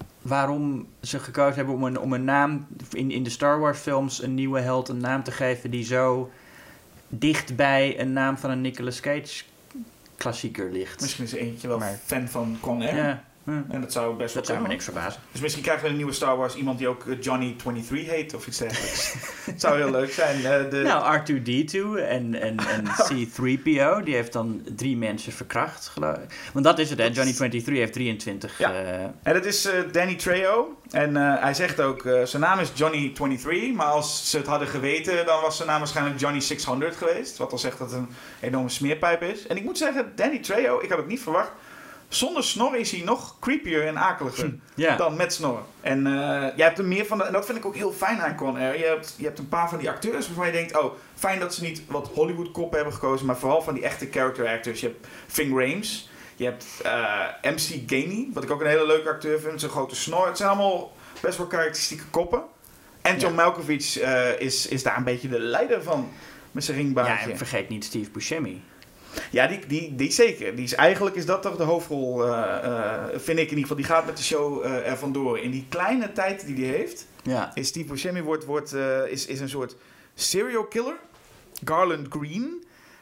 Speaker 6: waarom ze gekozen hebben om een, om een naam... In, in de Star Wars films een nieuwe held een naam te geven... die zo dicht bij een naam van een Nicolas Cage klassieker ligt.
Speaker 5: Misschien is er eentje wel maar, fan van Con Air.
Speaker 6: Ja. Hm.
Speaker 5: En dat zou best wel
Speaker 6: Dat zou me niks verbazen.
Speaker 5: Dus misschien krijgen we een nieuwe Star Wars iemand die ook Johnny drieëntwintig heet of iets dergelijks. Het zou heel leuk zijn. Uh, de...
Speaker 6: Nou, R twee D twee en, en, en C three P O, die heeft dan drie mensen verkracht, geloof ik. Want dat is het, hè? Johnny drieëntwintig heeft drieëntwintig.
Speaker 5: Ja.
Speaker 6: Uh...
Speaker 5: En dat is uh, Danny Trejo. En uh, hij zegt ook, uh, zijn naam is Johnny drieëntwintig, maar als ze het hadden geweten, dan was zijn naam waarschijnlijk Johnny zeshonderd geweest. Wat al zegt dat het een enorme smeerpijp is. En ik moet zeggen, Danny Trejo, ik had het niet verwacht. Zonder snor is hij nog creepier en akeliger
Speaker 6: ja.
Speaker 5: dan met snor. En uh, jij hebt er meer van de, en dat vind ik ook heel fijn aan Con Air. Je hebt, je hebt een paar van die acteurs waarvan je denkt, oh, fijn dat ze niet wat Hollywood koppen hebben gekozen, maar vooral van die echte character actors. Je hebt Ving Rhames, je hebt uh, M C Gainey, wat ik ook een hele leuke acteur vind, zijn grote snor. Het zijn allemaal best wel karakteristieke koppen. En John ja. Malkovich uh, is, is daar een beetje de leider van, met zijn ringbaardje.
Speaker 6: Ja, en vergeet niet Steve Buscemi.
Speaker 5: Ja, die, die, die zeker. Die is, eigenlijk is dat toch de hoofdrol, uh, uh, vind ik in ieder geval. Die gaat met de show uh, er vandoor. In die kleine tijd die hij heeft,
Speaker 6: ja.
Speaker 5: is Steve Buscemi wordt, wordt, uh, is, is een soort serial killer. Garland Green.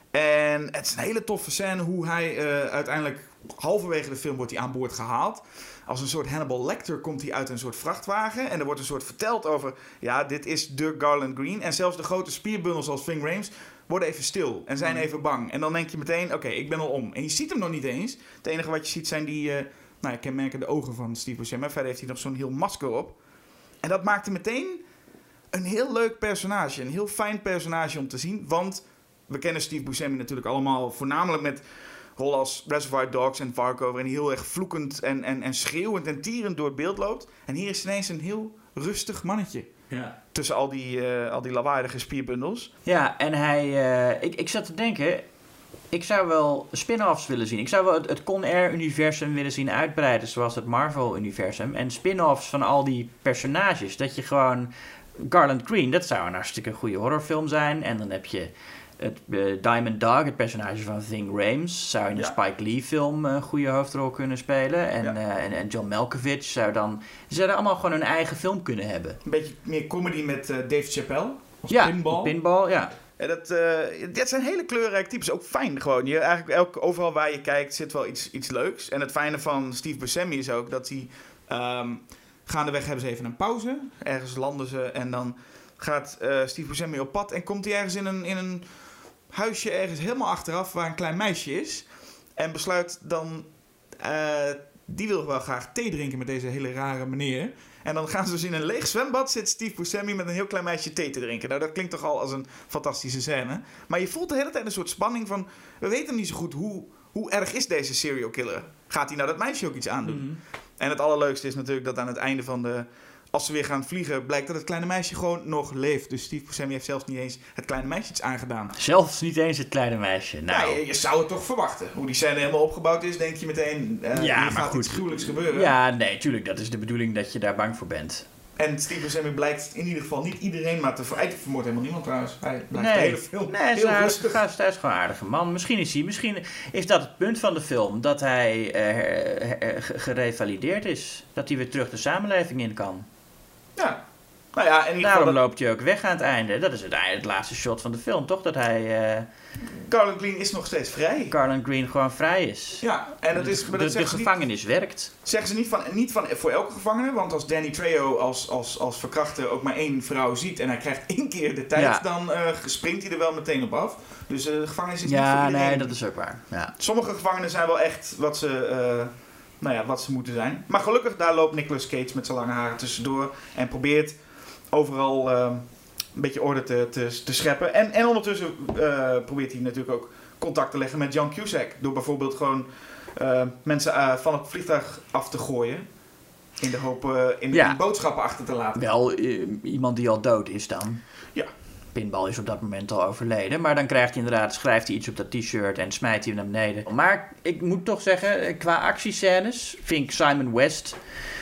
Speaker 5: En het is een hele toffe scène hoe hij uh, uiteindelijk, halverwege de film wordt hij aan boord gehaald. Als een soort Hannibal Lecter komt hij uit een soort vrachtwagen. En er wordt een soort verteld over, ja, dit is de Garland Green. En zelfs de grote spierbundels als Ving Rhames worden even stil en zijn even bang. En dan denk je meteen, oké, okay, ik ben al om. En je ziet hem nog niet eens. Het enige wat je ziet zijn die, uh, nou, je kenmerkende ogen van Steve Buscemi. Verder heeft hij nog zo'n heel masker op. En dat maakte meteen een heel leuk personage. Een heel fijn personage om te zien. Want we kennen Steve Buscemi natuurlijk allemaal voornamelijk met rollen als Reservoir Dogs en Fargo, waarin hij heel erg vloekend en, en, en schreeuwend en tierend door het beeld loopt. En hier is ineens een heel rustig mannetje.
Speaker 6: Ja.
Speaker 5: Tussen al die, uh, al die lawaaiige spierbundels.
Speaker 6: Ja, en hij... Uh, ik, ik zat te denken... Ik zou wel spin-offs willen zien. Ik zou wel het, het Con Air-universum willen zien uitbreiden, zoals het Marvel-universum. En spin-offs van al die personages. Dat je gewoon... Garland Green, dat zou een hartstikke goede horrorfilm zijn. En dan heb je het uh, Diamond Dog, het personage van Ving Rhames. Zou in een ja. Spike Lee-film een goede hoofdrol kunnen spelen. En, ja. uh, en, en John Malkovich zou dan... Ze zouden allemaal gewoon hun eigen film kunnen hebben.
Speaker 5: Een beetje meer comedy met uh, Dave Chappelle. Als
Speaker 6: ja,
Speaker 5: pinball.
Speaker 6: pinball, ja.
Speaker 5: En dat, uh, dat zijn hele kleurrijke types. Ook fijn gewoon. Je, eigenlijk elk, overal waar je kijkt zit wel iets, iets leuks. En het fijne van Steve Buscemi is ook dat hij... Um, gaandeweg hebben ze even een pauze. Ergens landen ze en dan gaat uh, Steve Buscemi op pad en komt hij ergens in een, in een huisje ergens helemaal achteraf waar een klein meisje is. En besluit dan, uh, die wil wel graag thee drinken met deze hele rare meneer. En dan gaan ze dus in een leeg zwembad, zit Steve Buscemi met een heel klein meisje thee te drinken. Nou, dat klinkt toch al als een fantastische scène. Maar je voelt de hele tijd een soort spanning van, we weten niet zo goed hoe, hoe erg is deze serial killer. Gaat hij nou dat meisje ook iets aandoen? Mm-hmm. En het allerleukste is natuurlijk dat aan het einde van de... Als ze weer gaan vliegen, blijkt dat het kleine meisje gewoon nog leeft. Dus Steve Buscemi heeft zelfs niet eens het kleine meisje iets aangedaan.
Speaker 6: Zelfs niet eens het kleine meisje. Nou,
Speaker 5: ja, je, je zou het toch verwachten. Hoe die scène helemaal opgebouwd is, denk je meteen... Uh, ja, hier gaat goed. Iets gruwelijks gebeuren.
Speaker 6: Ja, nee, tuurlijk. Dat is de bedoeling dat je daar bang voor bent.
Speaker 5: En Steve Buscemi blijkt in ieder geval niet iedereen, maar te ver... Hij vermoordt helemaal niemand trouwens. Hij blijft
Speaker 6: nee,
Speaker 5: de hele film
Speaker 6: nee,
Speaker 5: heel
Speaker 6: hij
Speaker 5: rustig.
Speaker 6: Hij is, hij is gewoon een aardige man. Misschien is hij, misschien is dat het punt van de film. Dat hij uh, gerevalideerd is. Dat hij weer terug de samenleving in kan.
Speaker 5: Ja. Nou ja, in ieder
Speaker 6: Daarom
Speaker 5: geval dat...
Speaker 6: loopt hij ook weg aan het einde. Dat is het, het laatste shot van de film, toch? Dat hij... Uh,
Speaker 5: Carlin Green is nog steeds vrij.
Speaker 6: Carlin Green gewoon vrij is.
Speaker 5: Ja, en dat is... Maar dat
Speaker 6: de de gevangenis
Speaker 5: niet,
Speaker 6: werkt.
Speaker 5: Zeggen ze niet van, niet van voor elke gevangene, want als Danny Trejo als, als, als verkrachter ook maar één vrouw ziet en hij krijgt één keer de tijd, ja. dan uh, springt hij er wel meteen op af. Dus uh, de gevangenis is
Speaker 6: ja,
Speaker 5: niet voor iedereen.
Speaker 6: Ja, nee, dat is ook waar. Ja.
Speaker 5: Sommige gevangenen zijn wel echt wat ze... Uh, nou ja, wat ze moeten zijn. Maar gelukkig, daar loopt Nicolas Cage met zijn lange haren tussendoor en probeert overal uh, een beetje orde te, te, te scheppen. En, en ondertussen uh, probeert hij natuurlijk ook contact te leggen met John Cusack. Door bijvoorbeeld gewoon uh, mensen uh, van het vliegtuig af te gooien. In de hoop uh, in,
Speaker 6: ja.
Speaker 5: in boodschappen achter te laten.
Speaker 6: Wel uh, iemand die al dood is dan.
Speaker 5: Ja.
Speaker 6: Pinball is op dat moment al overleden. Maar dan krijgt hij inderdaad, schrijft hij iets op dat t-shirt en smijt hij hem naar beneden. Maar ik moet toch zeggen, qua actiescènes vind ik Simon West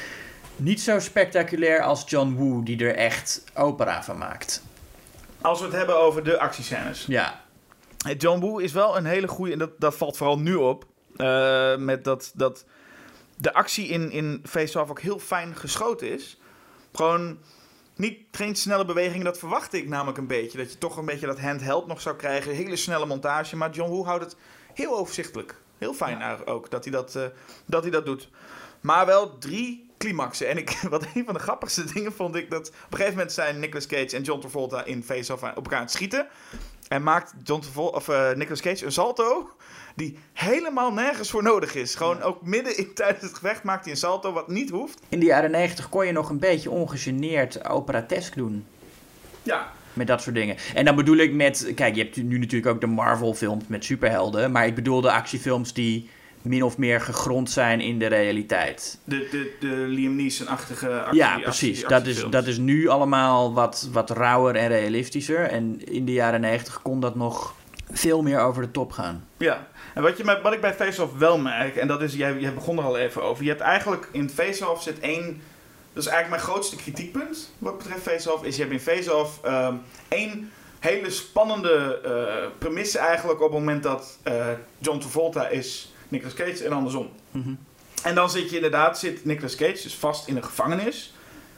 Speaker 6: niet zo spectaculair als John Woo, die er echt opera van maakt.
Speaker 5: Als we het hebben over de actiescènes.
Speaker 6: Ja.
Speaker 5: John Woo is wel een hele goede, en dat, dat valt vooral nu op, uh, met dat, dat de actie in, in Face Off ook heel fijn geschoten is. Gewoon niet, geen snelle bewegingen, dat verwachtte ik namelijk een beetje. Dat je toch een beetje dat handheld nog zou krijgen. Hele snelle montage, maar John Woo houdt het heel overzichtelijk. Heel fijn ja. ook dat hij dat, uh, dat hij dat doet. Maar wel drie climaxen. En ik, wat een van de grappigste dingen vond ik, dat op een gegeven moment zijn Nicolas Cage en John Travolta in Face Off op elkaar aan het schieten. En maakt John Travolta, of uh, Nicolas Cage een salto die helemaal nergens voor nodig is. Gewoon ja. ook midden in tijdens het gevecht maakt hij een salto wat niet hoeft.
Speaker 6: In de jaren negentig kon je nog een beetje ongegeneerd operatesk doen.
Speaker 5: Ja.
Speaker 6: Met dat soort dingen. En dan bedoel ik met... Kijk, je hebt nu natuurlijk ook de Marvel-films met superhelden. Maar ik bedoel de actiefilms die min of meer gegrond zijn in de realiteit.
Speaker 5: De, de, de Liam Neeson-achtige actie.
Speaker 6: Ja, precies. Actie, dat, is, dat is nu allemaal wat, wat rauwer en realistischer. En in de jaren negentig kon dat nog veel meer over de top gaan.
Speaker 5: Ja. En wat, je, wat ik bij Face Off wel merk, en dat is, jij, jij begon er al even over. Je hebt eigenlijk in Face Off zit één... Dat is eigenlijk mijn grootste kritiekpunt wat betreft Face Off. Is je hebt in Face Off um, één hele spannende uh, premisse eigenlijk op het moment dat uh, John Travolta is Nicolas Cage en andersom.
Speaker 6: Mm-hmm.
Speaker 5: En dan zit je inderdaad, zit Nicolas Cage dus vast in een gevangenis.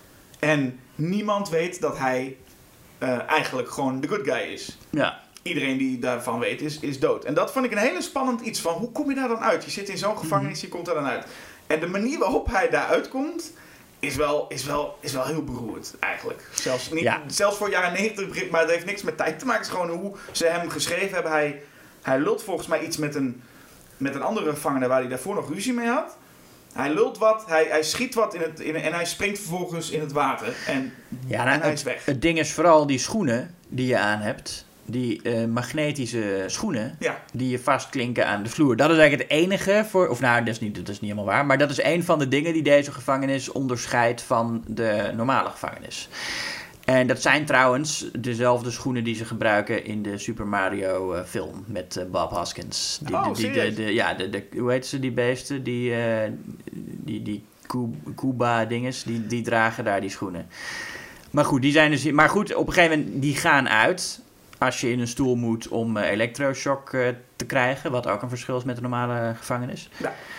Speaker 5: En niemand weet dat hij uh, eigenlijk gewoon de good guy is.
Speaker 6: Ja.
Speaker 5: Iedereen die daarvan weet is, is dood. En dat vond ik een hele spannend iets van, hoe kom je daar dan uit? Je zit in zo'n gevangenis, je komt daar dan uit. En de manier waarop hij daar uitkomt, is wel, is wel, is wel heel beroerd eigenlijk. Zelfs, niet,
Speaker 6: ja.
Speaker 5: zelfs voor jaren negentig, maar het heeft niks met tijd te maken. Het is gewoon hoe ze hem geschreven hebben. Hij, hij lult volgens mij iets met een, met een andere gevangene waar hij daarvoor nog ruzie mee had. Hij lult wat, hij, hij schiet wat in het, in, en hij springt vervolgens in het water. En,
Speaker 6: ja, nou,
Speaker 5: en hij
Speaker 6: het,
Speaker 5: is weg.
Speaker 6: Het ding is vooral die schoenen die je aan hebt. Die uh, magnetische schoenen,
Speaker 5: ja.
Speaker 6: die je vastklinken aan de vloer. Dat is eigenlijk het enige voor... Of nou, dat is, niet, dat is niet helemaal waar. Maar dat is een van de dingen die deze gevangenis onderscheidt van de normale gevangenis. En dat zijn trouwens dezelfde schoenen die ze gebruiken in de Super Mario uh, film met uh, Bob Hoskins. Die,
Speaker 5: oh,
Speaker 6: de, die, de, de, ja, de, de, hoe heet ze, die beesten? Die, uh, die, die Kuba-dinges, die, die dragen daar die schoenen. Maar goed, die zijn dus... Maar goed, op een gegeven moment, die gaan uit als je in een stoel moet om uh, elektroshock uh, te krijgen. Wat ook een verschil is met de normale gevangenis.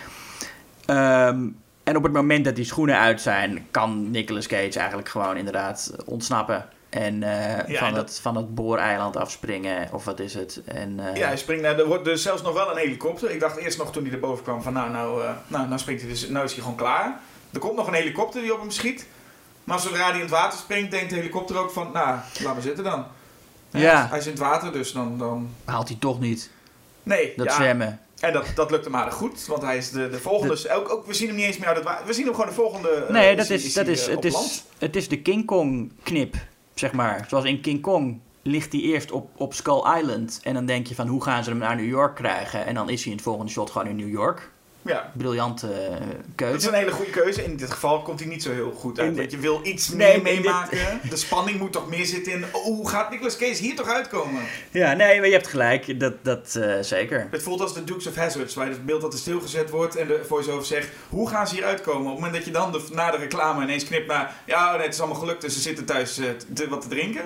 Speaker 6: Ja. Um, en op het moment dat die schoenen uit zijn, kan Nicolas Cage eigenlijk gewoon inderdaad ontsnappen. En uh, ja, van, en dat... het, van het booreiland afspringen, of wat is het. En, uh...
Speaker 5: Ja, hij springt naar, er wordt dus zelfs nog wel een helikopter. Ik dacht eerst nog toen hij erboven kwam van nou, nou, uh, nou, nou springt hij dus, nou is hij gewoon klaar. Er komt nog een helikopter die op hem schiet. Maar zodra hij in het water springt, denkt de helikopter ook van, nou, laat maar zitten dan.
Speaker 6: Ja.
Speaker 5: Hij is in het water, dus dan... dan...
Speaker 6: Haalt hij toch niet,
Speaker 5: Nee,
Speaker 6: dat
Speaker 5: ja.
Speaker 6: zwemmen.
Speaker 5: En dat, dat lukt hem aardig goed, want hij is de, de volgende...
Speaker 6: De-
Speaker 5: Ook, ook, we zien hem niet eens meer uit het water. We zien hem gewoon de volgende... uh,
Speaker 6: Nee, dat
Speaker 5: hij-
Speaker 6: is, dat
Speaker 5: hij,
Speaker 6: is,
Speaker 5: uh,
Speaker 6: het,
Speaker 5: op
Speaker 6: is,
Speaker 5: land.
Speaker 6: het is de King Kong knip, zeg maar. Zoals in King Kong ligt hij eerst op, op Skull Island. En dan denk je van, hoe gaan ze hem naar New York krijgen? En dan is hij in het volgende shot gewoon in New York.
Speaker 5: Ja.
Speaker 6: Briljante uh,
Speaker 5: Dat is
Speaker 6: keuze.
Speaker 5: een hele goede keuze. In dit geval komt hij niet zo heel goed uit.
Speaker 6: In de-
Speaker 5: Want je wil iets
Speaker 6: Nee,
Speaker 5: meer
Speaker 6: in dit-
Speaker 5: meemaken. De spanning moet toch meer zitten in... Oh, hoe gaat Nicolas Cage hier toch uitkomen?
Speaker 6: Ja, nee, maar je hebt gelijk. Dat, dat uh, zeker.
Speaker 5: Het voelt als de Dukes of Hazzard, waar het beeld dat er stilgezet wordt en de voice-over zegt, hoe gaan ze hier uitkomen? Op het moment dat je dan de, na de reclame ineens knipt naar, ja, nee, het is allemaal gelukt, dus ze zitten thuis uh, te, wat te drinken.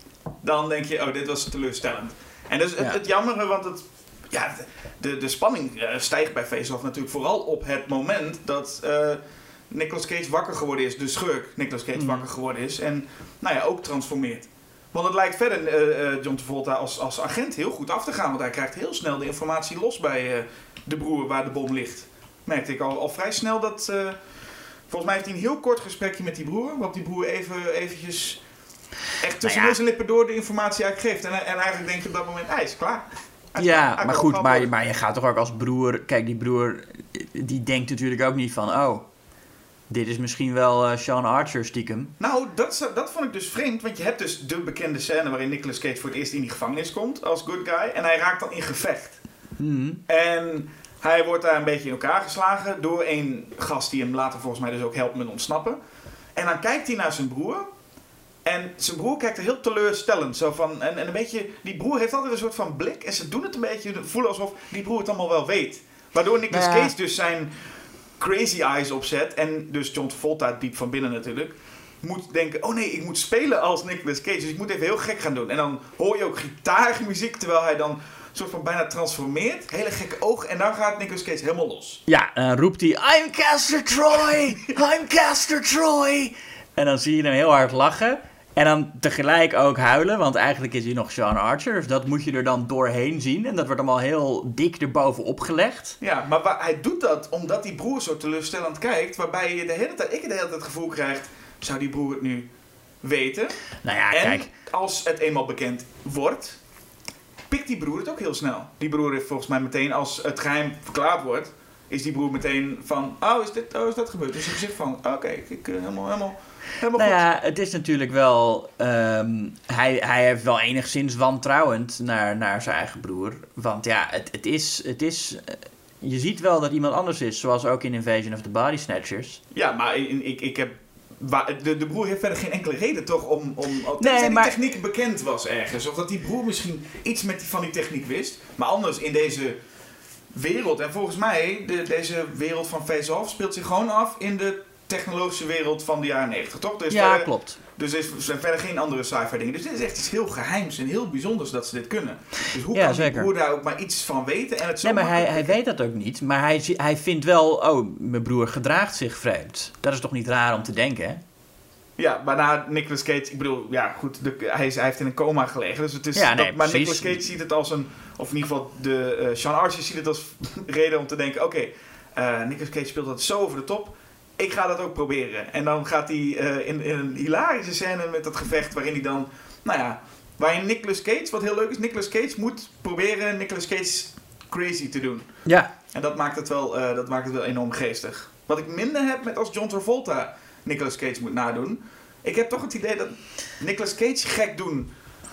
Speaker 5: Dan denk je, oh, dit was teleurstellend. En dus het,
Speaker 6: Ja.
Speaker 5: het jammere, want het, ja, de, de spanning uh, stijgt bij Face-Off natuurlijk vooral op het moment dat uh, Nicolas Cage wakker geworden is, de schurk Nicolas Cage
Speaker 6: Mm.
Speaker 5: wakker geworden is en, nou ja, ook transformeert. Want het lijkt verder uh, uh, John Travolta als, als agent heel goed af te gaan. Want hij krijgt heel snel de informatie los bij uh, de broer waar de bom ligt. Merkte ik al, al vrij snel dat... Uh, volgens mij heeft hij een heel kort gesprekje met die broer. Waarop die broer even eventjes echt tussen
Speaker 6: Nou ja.
Speaker 5: neus en lippen door de informatie eigenlijk geeft. En, en eigenlijk denk je op dat moment, hij is klaar. Hij is klaar.
Speaker 6: Ja,
Speaker 5: Hij
Speaker 6: maar
Speaker 5: kan
Speaker 6: goed,
Speaker 5: wel
Speaker 6: maar,
Speaker 5: worden.
Speaker 6: maar je gaat toch ook als broer... Kijk, die broer, die denkt natuurlijk ook niet van... Oh, dit is misschien wel uh, Sean Archer stiekem.
Speaker 5: Nou, dat, dat vond ik dus vreemd. Want je hebt dus de bekende scène waarin Nicolas Cage voor het eerst in die gevangenis komt als good guy. En hij raakt dan in gevecht.
Speaker 6: Hmm.
Speaker 5: En hij wordt daar een beetje in elkaar geslagen door een gast die hem later volgens mij dus ook helpt met ontsnappen. En dan kijkt hij naar zijn broer. En zijn broer kijkt er heel teleurstellend. Zo van, en, en een beetje, die broer heeft altijd een soort van blik. En ze doen het een beetje, voelen alsof die broer het allemaal wel weet. Waardoor Nicolas
Speaker 6: Nou ja.
Speaker 5: Cage dus zijn crazy eyes opzet. En dus John Travolta diep van binnen natuurlijk. Moet denken, oh nee, ik moet spelen als Nicolas Cage. Dus ik moet even heel gek gaan doen. En dan hoor je ook gitaarmuziek terwijl hij dan soort van bijna transformeert. Hele gekke ogen. En dan gaat Nicolas Cage helemaal los.
Speaker 6: Ja, en dan roept hij... I'm Castor Troy! I'm Castor Troy! En dan zie je hem heel hard lachen. En dan tegelijk ook huilen, want eigenlijk is hij nog Sean Archer. Dus dat moet je er dan doorheen zien. En dat wordt allemaal heel dik erbovenop gelegd.
Speaker 5: Ja, maar waar, hij doet dat omdat die broer zo teleurstellend kijkt. Waarbij je de hele tijd, ik de hele tijd het gevoel krijgt... Zou die broer het nu weten?
Speaker 6: Nou ja,
Speaker 5: En
Speaker 6: kijk.
Speaker 5: als het eenmaal bekend wordt... Pikt die broer het ook heel snel. Die broer heeft volgens mij meteen, als het geheim verklaard wordt... Is die broer meteen van... Oh, is, dit, oh, is dat gebeurd? Dus je gezicht van... Oké, okay, ik uh, helemaal, helemaal, helemaal
Speaker 6: Nou
Speaker 5: goed.
Speaker 6: ja, het is natuurlijk wel... Um, hij, hij heeft wel enigszins wantrouwend naar, naar zijn eigen broer. Want ja, het, het is... Het is uh, je ziet wel dat iemand anders is, zoals ook in Invasion of the Body Snatchers.
Speaker 5: Ja, maar ik, ik, ik heb... De, de broer heeft verder geen enkele reden toch om... om
Speaker 6: Nee,
Speaker 5: nee, die
Speaker 6: maar-
Speaker 5: techniek bekend was ergens. Of dat die broer misschien iets met die, van die techniek wist. Maar anders in deze wereld... En volgens mij, de, deze wereld van Face-Off speelt zich gewoon af in de technologische wereld van de jaren negentig, toch? Er is
Speaker 6: Ja,
Speaker 5: verder,
Speaker 6: klopt.
Speaker 5: Dus er zijn verder geen andere sci-fi dingen. Dus dit is echt iets heel geheims en heel bijzonders dat ze dit kunnen. Dus hoe
Speaker 6: Ja,
Speaker 5: kan
Speaker 6: zeker.
Speaker 5: die broer daar ook maar iets van weten? En het zo
Speaker 6: Nee, maar hij,
Speaker 5: makkelijk-
Speaker 6: hij weet dat ook niet. Maar hij, zie- hij vindt wel... Oh, mijn broer gedraagt zich vreemd. Dat is toch niet raar om te denken, hè?
Speaker 5: Ja, maar na Nicolas Cage, ik bedoel, ja goed, de, hij, is, hij heeft in een coma gelegen. Dus het is,
Speaker 6: Ja, nee,
Speaker 5: dat, maar
Speaker 6: precies.
Speaker 5: Nicolas Cage ziet het als een, of in ieder geval de, uh, Sean Archer ziet het als reden om te denken, oké, okay, uh, Nicolas Cage speelt dat zo over de top, ik ga dat ook proberen. En dan gaat hij uh, in, in een hilarische scène met dat gevecht waarin hij dan, nou ja, waarin Nicolas Cage, wat heel leuk is, Nicolas Cage moet proberen Nicolas Cage crazy te doen.
Speaker 6: Ja.
Speaker 5: En dat maakt het wel, uh, dat maakt het wel enorm geestig. Wat ik minder heb met als John Travolta Nicolas Cage moet nadoen. Ik heb toch het idee dat Nicolas Cage gek doen,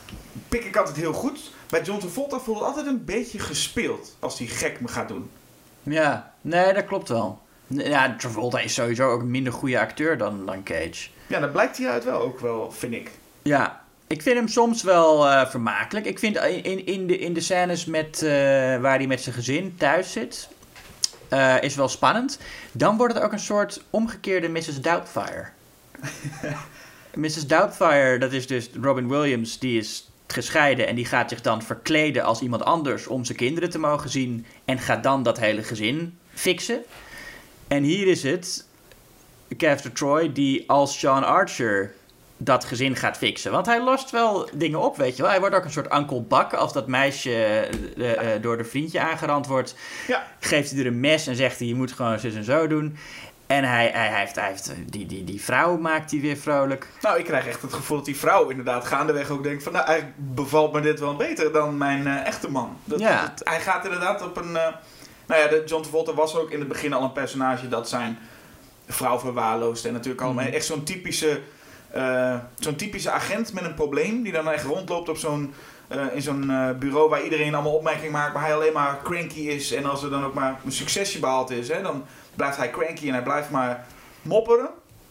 Speaker 5: pik ik altijd heel goed. Bij John Travolta voelt het altijd een beetje gespeeld als hij gek me gaat doen.
Speaker 6: Ja, nee, dat klopt wel. Ja, Travolta is sowieso ook een minder goede acteur dan, dan Cage.
Speaker 5: Ja, dat blijkt hieruit wel ook wel, vind ik.
Speaker 6: Ja, ik vind hem soms wel uh, vermakelijk. Ik vind in, in, de, in de scènes met, uh, waar hij met zijn gezin thuis zit, uh, is wel spannend. Dan wordt het ook een soort omgekeerde missus Doubtfire. missus Doubtfire, dat is dus Robin Williams, die is gescheiden en die gaat zich dan verkleden als iemand anders om zijn kinderen te mogen zien en gaat dan dat hele gezin fixen. En hier is het Castor Troy die als Sean Archer dat gezin gaat fixen. Want hij lost wel dingen op, weet je wel. Hij wordt ook een soort Uncle Buck. Als dat meisje uh, uh, door de vriendje aangerand wordt,
Speaker 5: ja.
Speaker 6: geeft hij er een mes en zegt hij, je moet gewoon zus en zo doen. En hij, hij, hij heeft, hij heeft die, die, die vrouw maakt hij weer vrolijk.
Speaker 5: Nou, ik krijg echt het gevoel dat die vrouw inderdaad gaandeweg ook denkt van... nou, eigenlijk bevalt me dit wel beter dan mijn uh, echte man. Dat,
Speaker 6: Ja.
Speaker 5: dat, hij gaat inderdaad op een... Uh, nou ja, de John Travolta was ook in het begin al een personage dat zijn vrouw verwaarloosde. En natuurlijk allemaal echt zo'n typische... Uh, zo'n typische agent met een probleem die dan echt rondloopt op zo'n, uh, in zo'n uh, bureau waar iedereen allemaal opmerkingen maakt, maar hij alleen maar cranky is. En als er dan ook maar een succesje behaald is, hè, dan blijft hij cranky en hij blijft maar mopperen.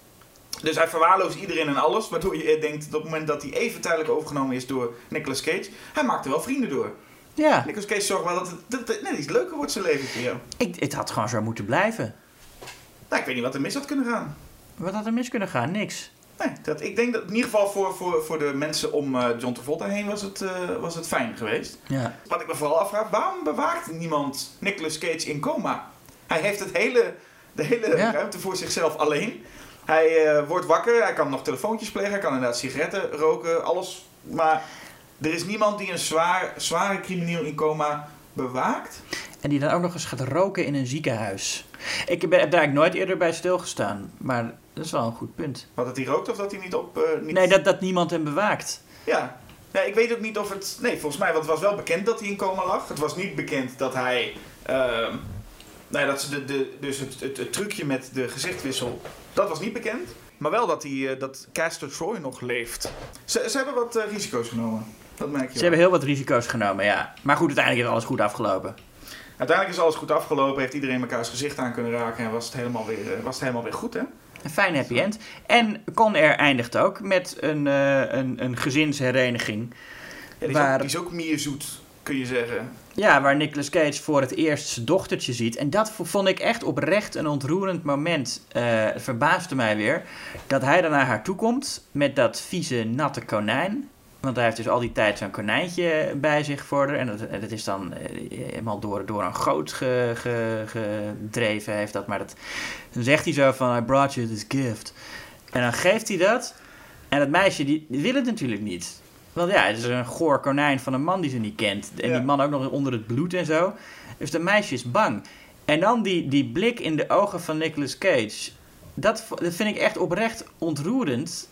Speaker 5: Dus hij verwaarloost iedereen en alles, waardoor je denkt dat op het moment dat hij even tijdelijk overgenomen is door Nicolas Cage, hij maakt er wel vrienden door.
Speaker 6: Ja.
Speaker 5: Nicolas Cage zorgt wel dat het, dat het net iets leuker wordt zijn leven voor jou.
Speaker 6: Ik, het had gewoon zo moeten blijven.
Speaker 5: Nou, ik weet niet wat er mis had kunnen gaan.
Speaker 6: Wat had er mis kunnen gaan? Niks.
Speaker 5: Nee, dat, ik denk dat in ieder geval voor, voor, voor de mensen om uh, John Travolta heen was het, uh, was het fijn geweest.
Speaker 6: Ja.
Speaker 5: Wat ik me vooral afvraag, waarom bewaakt niemand Nicolas Cage in coma? Hij heeft het hele, de hele
Speaker 6: Ja.
Speaker 5: ruimte voor zichzelf alleen. Hij uh, wordt wakker, hij kan nog telefoontjes plegen, hij kan inderdaad sigaretten roken, alles. Maar er is niemand die een zwaar, zware crimineel in coma bewaakt.
Speaker 6: En die dan ook nog eens gaat roken in een ziekenhuis. Ik heb, heb daar eigenlijk nooit eerder bij stilgestaan. Maar dat is wel een goed punt.
Speaker 5: Wat dat hij rookt of dat hij niet op... Uh, niet...
Speaker 6: Nee, dat, dat niemand hem bewaakt.
Speaker 5: Ja. Nee, ik weet ook niet of het... Nee, volgens mij, want het was wel bekend dat hij in coma lag. Het was niet bekend dat hij... Uh, nee, dat ze de, de, dus het, het, het trucje met de gezichtwissel... Dat was niet bekend. Maar wel dat, hij, uh, dat Castor Troy nog leeft. Ze, ze hebben wat uh, risico's genomen. Dat merk je
Speaker 6: Ze
Speaker 5: wel.
Speaker 6: hebben heel wat risico's genomen, ja. Maar goed, uiteindelijk is alles goed afgelopen.
Speaker 5: Uiteindelijk is alles goed afgelopen. Heeft iedereen mekaars gezicht aan kunnen raken. En was het helemaal weer, uh, was het helemaal weer goed, hè?
Speaker 6: Een fijn happy end. En Con Air eindigt ook met een, uh, een, een gezinshereniging.
Speaker 5: Ja, die, is
Speaker 6: waar...
Speaker 5: ook, die is ook mierzoet, kun je zeggen.
Speaker 6: Ja, waar Nicolas Cage voor het eerst zijn dochtertje ziet. En dat vond ik echt oprecht een ontroerend moment. Uh, het verbaasde mij weer. Dat hij dan naar haar toe komt met dat vieze, natte konijn. Want hij heeft dus al die tijd zo'n konijntje bij zich voor haar. En dat, dat is dan uh, helemaal door, door een goot ge, ge, gedreven heeft dat. Maar dat, dan zegt hij zo van, I brought you this gift. En dan geeft hij dat. En dat meisje, die, die wil het natuurlijk niet. Want ja, het is een goor konijn van een man die ze niet kent. En
Speaker 5: Ja.
Speaker 6: die man ook nog onder het bloed en zo. Dus dat meisje is bang. En dan die, die blik in de ogen van Nicolas Cage. Dat, dat vind ik echt oprecht ontroerend.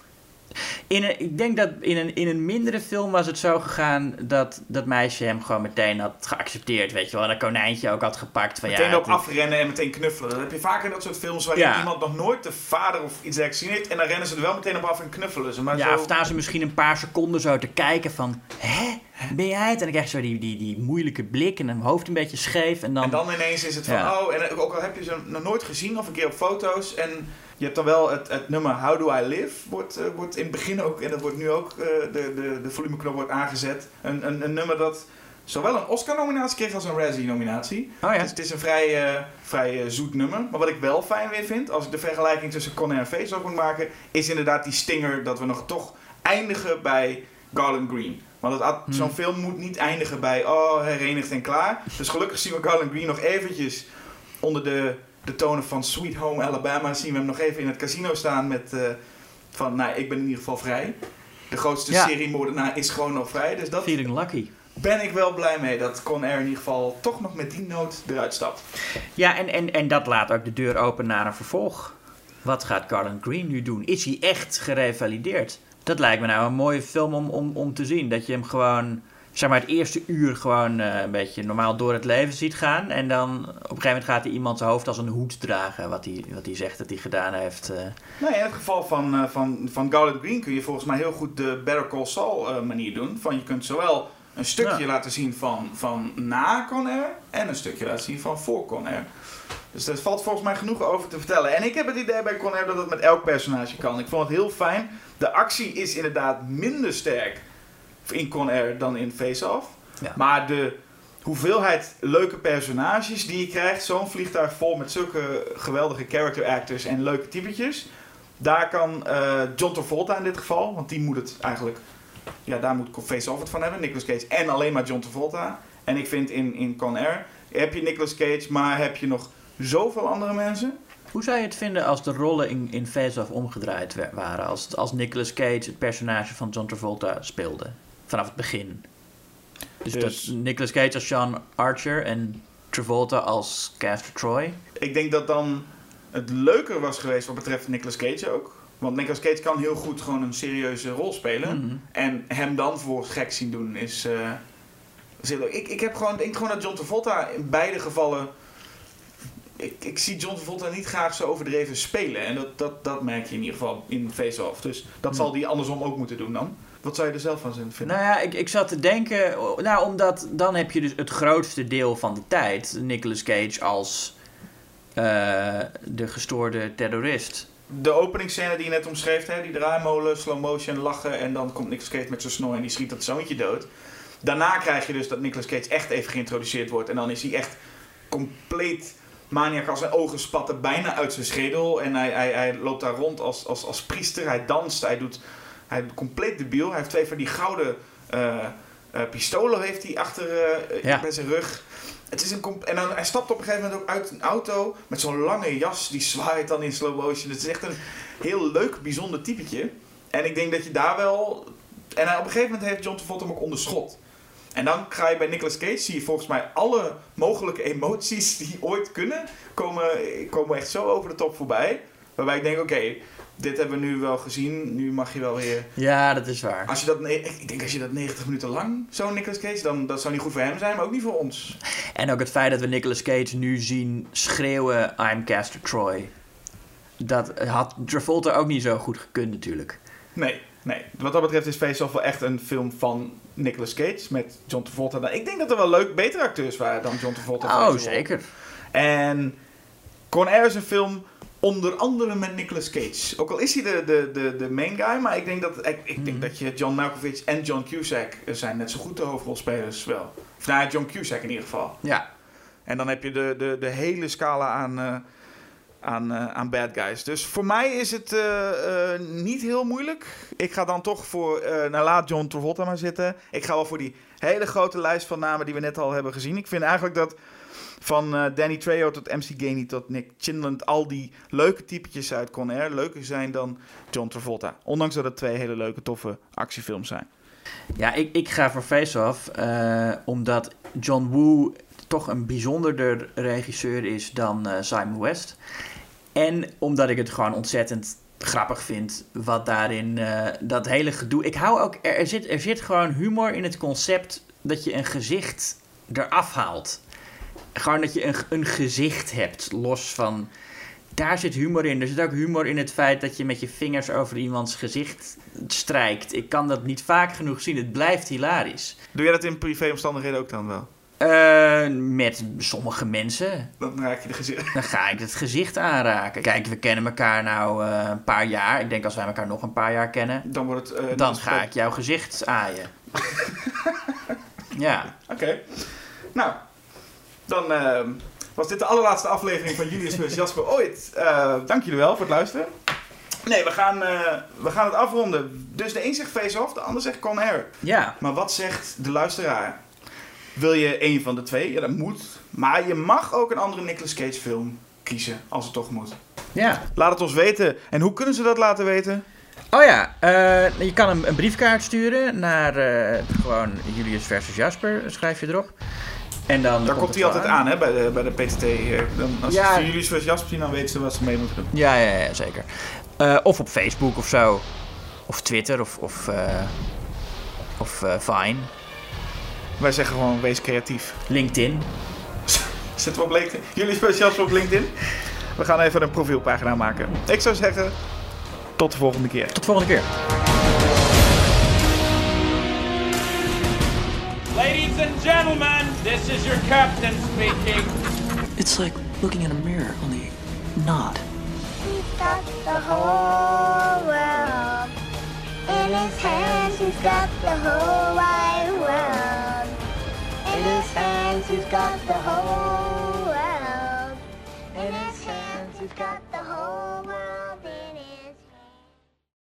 Speaker 6: In een, ik denk dat in een, in een mindere film was het zo gegaan dat dat meisje hem gewoon meteen had geaccepteerd, weet je wel. En dat konijntje ook had gepakt. Van,
Speaker 5: Meteen
Speaker 6: ja,
Speaker 5: op
Speaker 6: het-
Speaker 5: afrennen en meteen knuffelen. Dat heb je vaak in dat soort films waarin
Speaker 6: Ja.
Speaker 5: iemand nog nooit de vader of iets dergelijks gezien heeft. En dan rennen ze er wel meteen op af en knuffelen ze. Maar
Speaker 6: Ja,
Speaker 5: zo...
Speaker 6: of staan ze misschien een paar seconden zo te kijken van... Hè? Ben jij het? En dan krijg je zo die, die, die moeilijke blik en een hoofd een beetje scheef. En dan,
Speaker 5: En dan ineens is het van,
Speaker 6: Ja.
Speaker 5: oh, en ook al heb je ze nog nooit gezien of een keer op foto's. En je hebt dan wel het, het nummer How Do I Live, wordt, uh, wordt in het begin ook, en dat wordt nu ook, uh, de, de, de volumeknop wordt aangezet. Een, een, een nummer dat zowel een Oscar-nominatie kreeg als een Razzie-nominatie.
Speaker 6: Oh ja.
Speaker 5: Dus het is een vrij, uh, vrij uh, zoet nummer. Maar wat ik wel fijn weer vind, als ik de vergelijking tussen Con Air en Face Off moet maken, is inderdaad die stinger dat we nog toch eindigen bij Garland Green. Want het,
Speaker 6: Hmm.
Speaker 5: zo'n film moet niet eindigen bij, oh, herenigd en klaar. Dus gelukkig zien we Garland Green nog eventjes onder de, de tonen van Sweet Home Alabama. Zien we hem nog even in het casino staan met uh, van, nou, ik ben in ieder geval vrij. De grootste
Speaker 6: Ja.
Speaker 5: seriemoordenaar is gewoon nog vrij. Dus dat
Speaker 6: feeling lucky.
Speaker 5: ben ik wel blij mee. Dat Con Air in ieder geval toch nog met die noot eruit stapt.
Speaker 6: Ja, en, en, en dat laat ook de deur open naar een vervolg. Wat gaat Garland Green nu doen? Is hij echt gerevalideerd? Dat lijkt me nou een mooie film om, om, om te zien. Dat je hem gewoon, zeg maar, het eerste uur gewoon uh, een beetje normaal door het leven ziet gaan. En dan op een gegeven moment gaat hij iemand zijn hoofd als een hoed dragen. Wat hij, wat hij zegt dat hij gedaan heeft. Uh.
Speaker 5: Nou, in het geval van, uh, van, van Garland Green kun je volgens mij heel goed de Better Call Saul uh, manier doen. Van je kunt zowel een stukje
Speaker 6: Ja.
Speaker 5: laten zien van, van na Con Air en een stukje laten zien van voor Con Air. Dus er valt volgens mij genoeg over te vertellen. En ik heb het idee bij Con Air dat het met elk personage kan. Ik vond het heel fijn. De actie is inderdaad minder sterk in Con Air dan in Face Off.
Speaker 6: Ja.
Speaker 5: Maar de hoeveelheid leuke personages die je krijgt, zo'n vliegtuig vol met zulke geweldige character actors en leuke typetjes, daar kan uh, John Travolta in dit geval, want die moet het eigenlijk, ja, daar moet Face Off het van hebben, Nicolas Cage en alleen maar John Travolta. En ik vind in, in Con Air heb je Nicolas Cage, maar heb je nog zoveel andere mensen.
Speaker 6: Hoe zou je het vinden als de rollen in, in Face Off omgedraaid wa- waren? Als, als Nicolas Cage het personage van John Travolta speelde? Vanaf het begin. Dus,
Speaker 5: Dus-
Speaker 6: dat Nicolas Cage als Sean Archer en Travolta als Castor Troy.
Speaker 5: Ik denk dat dan het leuker was geweest wat betreft Nicolas Cage ook. Want Nicolas Cage kan heel goed gewoon een serieuze rol spelen. Mm-hmm. En hem dan voor gek zien doen is... Uh, is heel leuk. Ik, ik heb gewoon, denk gewoon dat John Travolta in beide gevallen... Ik, ik zie John Travolta niet graag zo overdreven spelen. En dat, dat, dat merk je in ieder geval in Face Off. Dus dat zal hij andersom ook moeten doen dan. Wat zou je er zelf van vinden?
Speaker 6: Nou ja, ik, ik zat te denken... Nou, omdat dan heb je dus het grootste deel van de tijd... Nicolas Cage als uh, de gestoorde terrorist.
Speaker 5: De openingsscène die je net omschreef, hè, die draaimolen, slow motion, lachen... en dan komt Nicolas Cage met zijn snor en die schiet dat zoontje dood. Daarna krijg je dus dat Nicolas Cage echt even geïntroduceerd wordt... en dan is hij echt compleet... maniak, zijn ogen spatten bijna uit zijn schedel. En hij, hij, hij loopt daar rond als, als, als priester. Hij danst. Hij doet, hij doet compleet debiel. Hij heeft twee van die gouden uh, uh, pistolen heeft hij achter uh, ja. bij zijn rug. Het is een comp- en dan, hij stapt op een gegeven moment ook uit een auto met zo'n lange jas. Die zwaait dan in slow motion. Het is echt een heel leuk, bijzonder typetje. En ik denk dat je daar wel... En hij, op een gegeven moment heeft John Travolta hem ook onder schot. En dan ga je bij Nicolas Cage, zie je volgens mij alle mogelijke emoties die ooit kunnen, komen, komen echt zo over de top voorbij. Waarbij ik denk, oké, okay, dit hebben we nu wel gezien, nu mag je wel weer...
Speaker 6: Ja, dat is waar.
Speaker 5: Als je dat, ik denk als je dat negentig minuten lang, zo'n Nicolas Cage, dan dat zou niet goed voor hem zijn, maar ook niet voor ons.
Speaker 6: En ook het feit dat we Nicolas Cage nu zien schreeuwen, I'm Castor Troy. Dat had Travolta ook niet zo goed gekund natuurlijk.
Speaker 5: Nee, nee. Wat dat betreft is Face Off wel echt een film van Nicolas Cage met John Travolta. Ik denk dat er wel leuk betere acteurs waren dan John Travolta.
Speaker 6: Oh, zeker.
Speaker 5: En Con Air is een film onder andere met Nicolas Cage. Ook al is hij de, de, de, de main guy, maar ik denk dat, ik, ik denk mm. dat je John Malkovich en John Cusack zijn net zo goed de hoofdrolspelers wel. Of nou, John Cusack in ieder geval.
Speaker 6: Ja.
Speaker 5: En dan heb je de, de, de hele scala aan... Uh, Aan, uh, aan bad guys. Dus voor mij is het uh, uh, niet heel moeilijk. Ik ga dan toch voor... Uh, nou, laat John Travolta maar zitten. Ik ga wel voor die hele grote lijst van namen die we net al hebben gezien. Ik vind eigenlijk dat van uh, Danny Trejo tot M C Gainey tot Nick Chinland... al die leuke typetjes uit Con Air leuker zijn dan John Travolta. Ondanks dat het twee hele leuke, toffe actiefilms zijn.
Speaker 6: Ja, ik, ik ga voor Face Off. Uh, omdat John Woo toch een bijzonderder regisseur is dan uh, Simon West. En omdat ik het gewoon ontzettend grappig vind wat daarin uh, dat hele gedoe... Ik hou ook... Er, er, zit, er zit gewoon humor in het concept dat je een gezicht eraf haalt. Gewoon dat je een, een gezicht hebt, los van... Daar zit humor in. Er zit ook humor in het feit dat je met je vingers over iemands gezicht strijkt. Ik kan dat niet vaak genoeg zien. Het blijft hilarisch.
Speaker 5: Doe jij dat in privéomstandigheden ook dan wel?
Speaker 6: Uh, met sommige mensen.
Speaker 5: Dan raak je de gezicht.
Speaker 6: Dan ga ik het gezicht aanraken. Kijk, we kennen elkaar nou uh, een paar jaar. Ik denk als wij elkaar nog een paar jaar kennen.
Speaker 5: Dan wordt het... Uh,
Speaker 6: dan ga ik jouw gezicht aaien. Ja.
Speaker 5: Oké. Okay. Nou, dan uh, was dit de allerlaatste aflevering van Julius versus Jasper ooit. Uh, dank jullie wel voor het luisteren. Nee, we gaan, uh, we gaan het afronden. Dus de een zegt Face Off, de ander zegt Con Air.
Speaker 6: Ja.
Speaker 5: Maar wat zegt de luisteraar? Wil je een van de twee? Ja, dat moet. Maar je mag ook een andere Nicolas Cage film kiezen, als het toch moet.
Speaker 6: Ja.
Speaker 5: Laat het ons weten. En hoe kunnen ze dat laten weten?
Speaker 6: Oh ja, uh, je kan een, een briefkaart sturen naar uh, gewoon Julius versus Jasper, schrijf je erop. En dan
Speaker 5: Daar komt hij altijd aan, aan hè, bij de, bij de P T T. Dan, als
Speaker 6: ja.
Speaker 5: ze Julius versus Jasper zien, dan weten ze wat ze mee moeten doen.
Speaker 6: Ja, ja, ja zeker. Uh, of op Facebook of zo. Of Twitter of, of, uh, of uh, Vine.
Speaker 5: Wij zeggen gewoon, wees creatief.
Speaker 6: LinkedIn.
Speaker 5: Zitten we op LinkedIn? Jullie speciaal op LinkedIn? We gaan even een profielpagina maken. Ik zou zeggen, tot de volgende keer.
Speaker 6: Tot de volgende keer.
Speaker 7: Ladies and gentlemen, this is your captain speaking.
Speaker 8: It's like looking in a mirror, only not.
Speaker 9: He's got the whole world in his hands. He's got the whole wide world in his hands. He's got the whole world in his hands. He's got the whole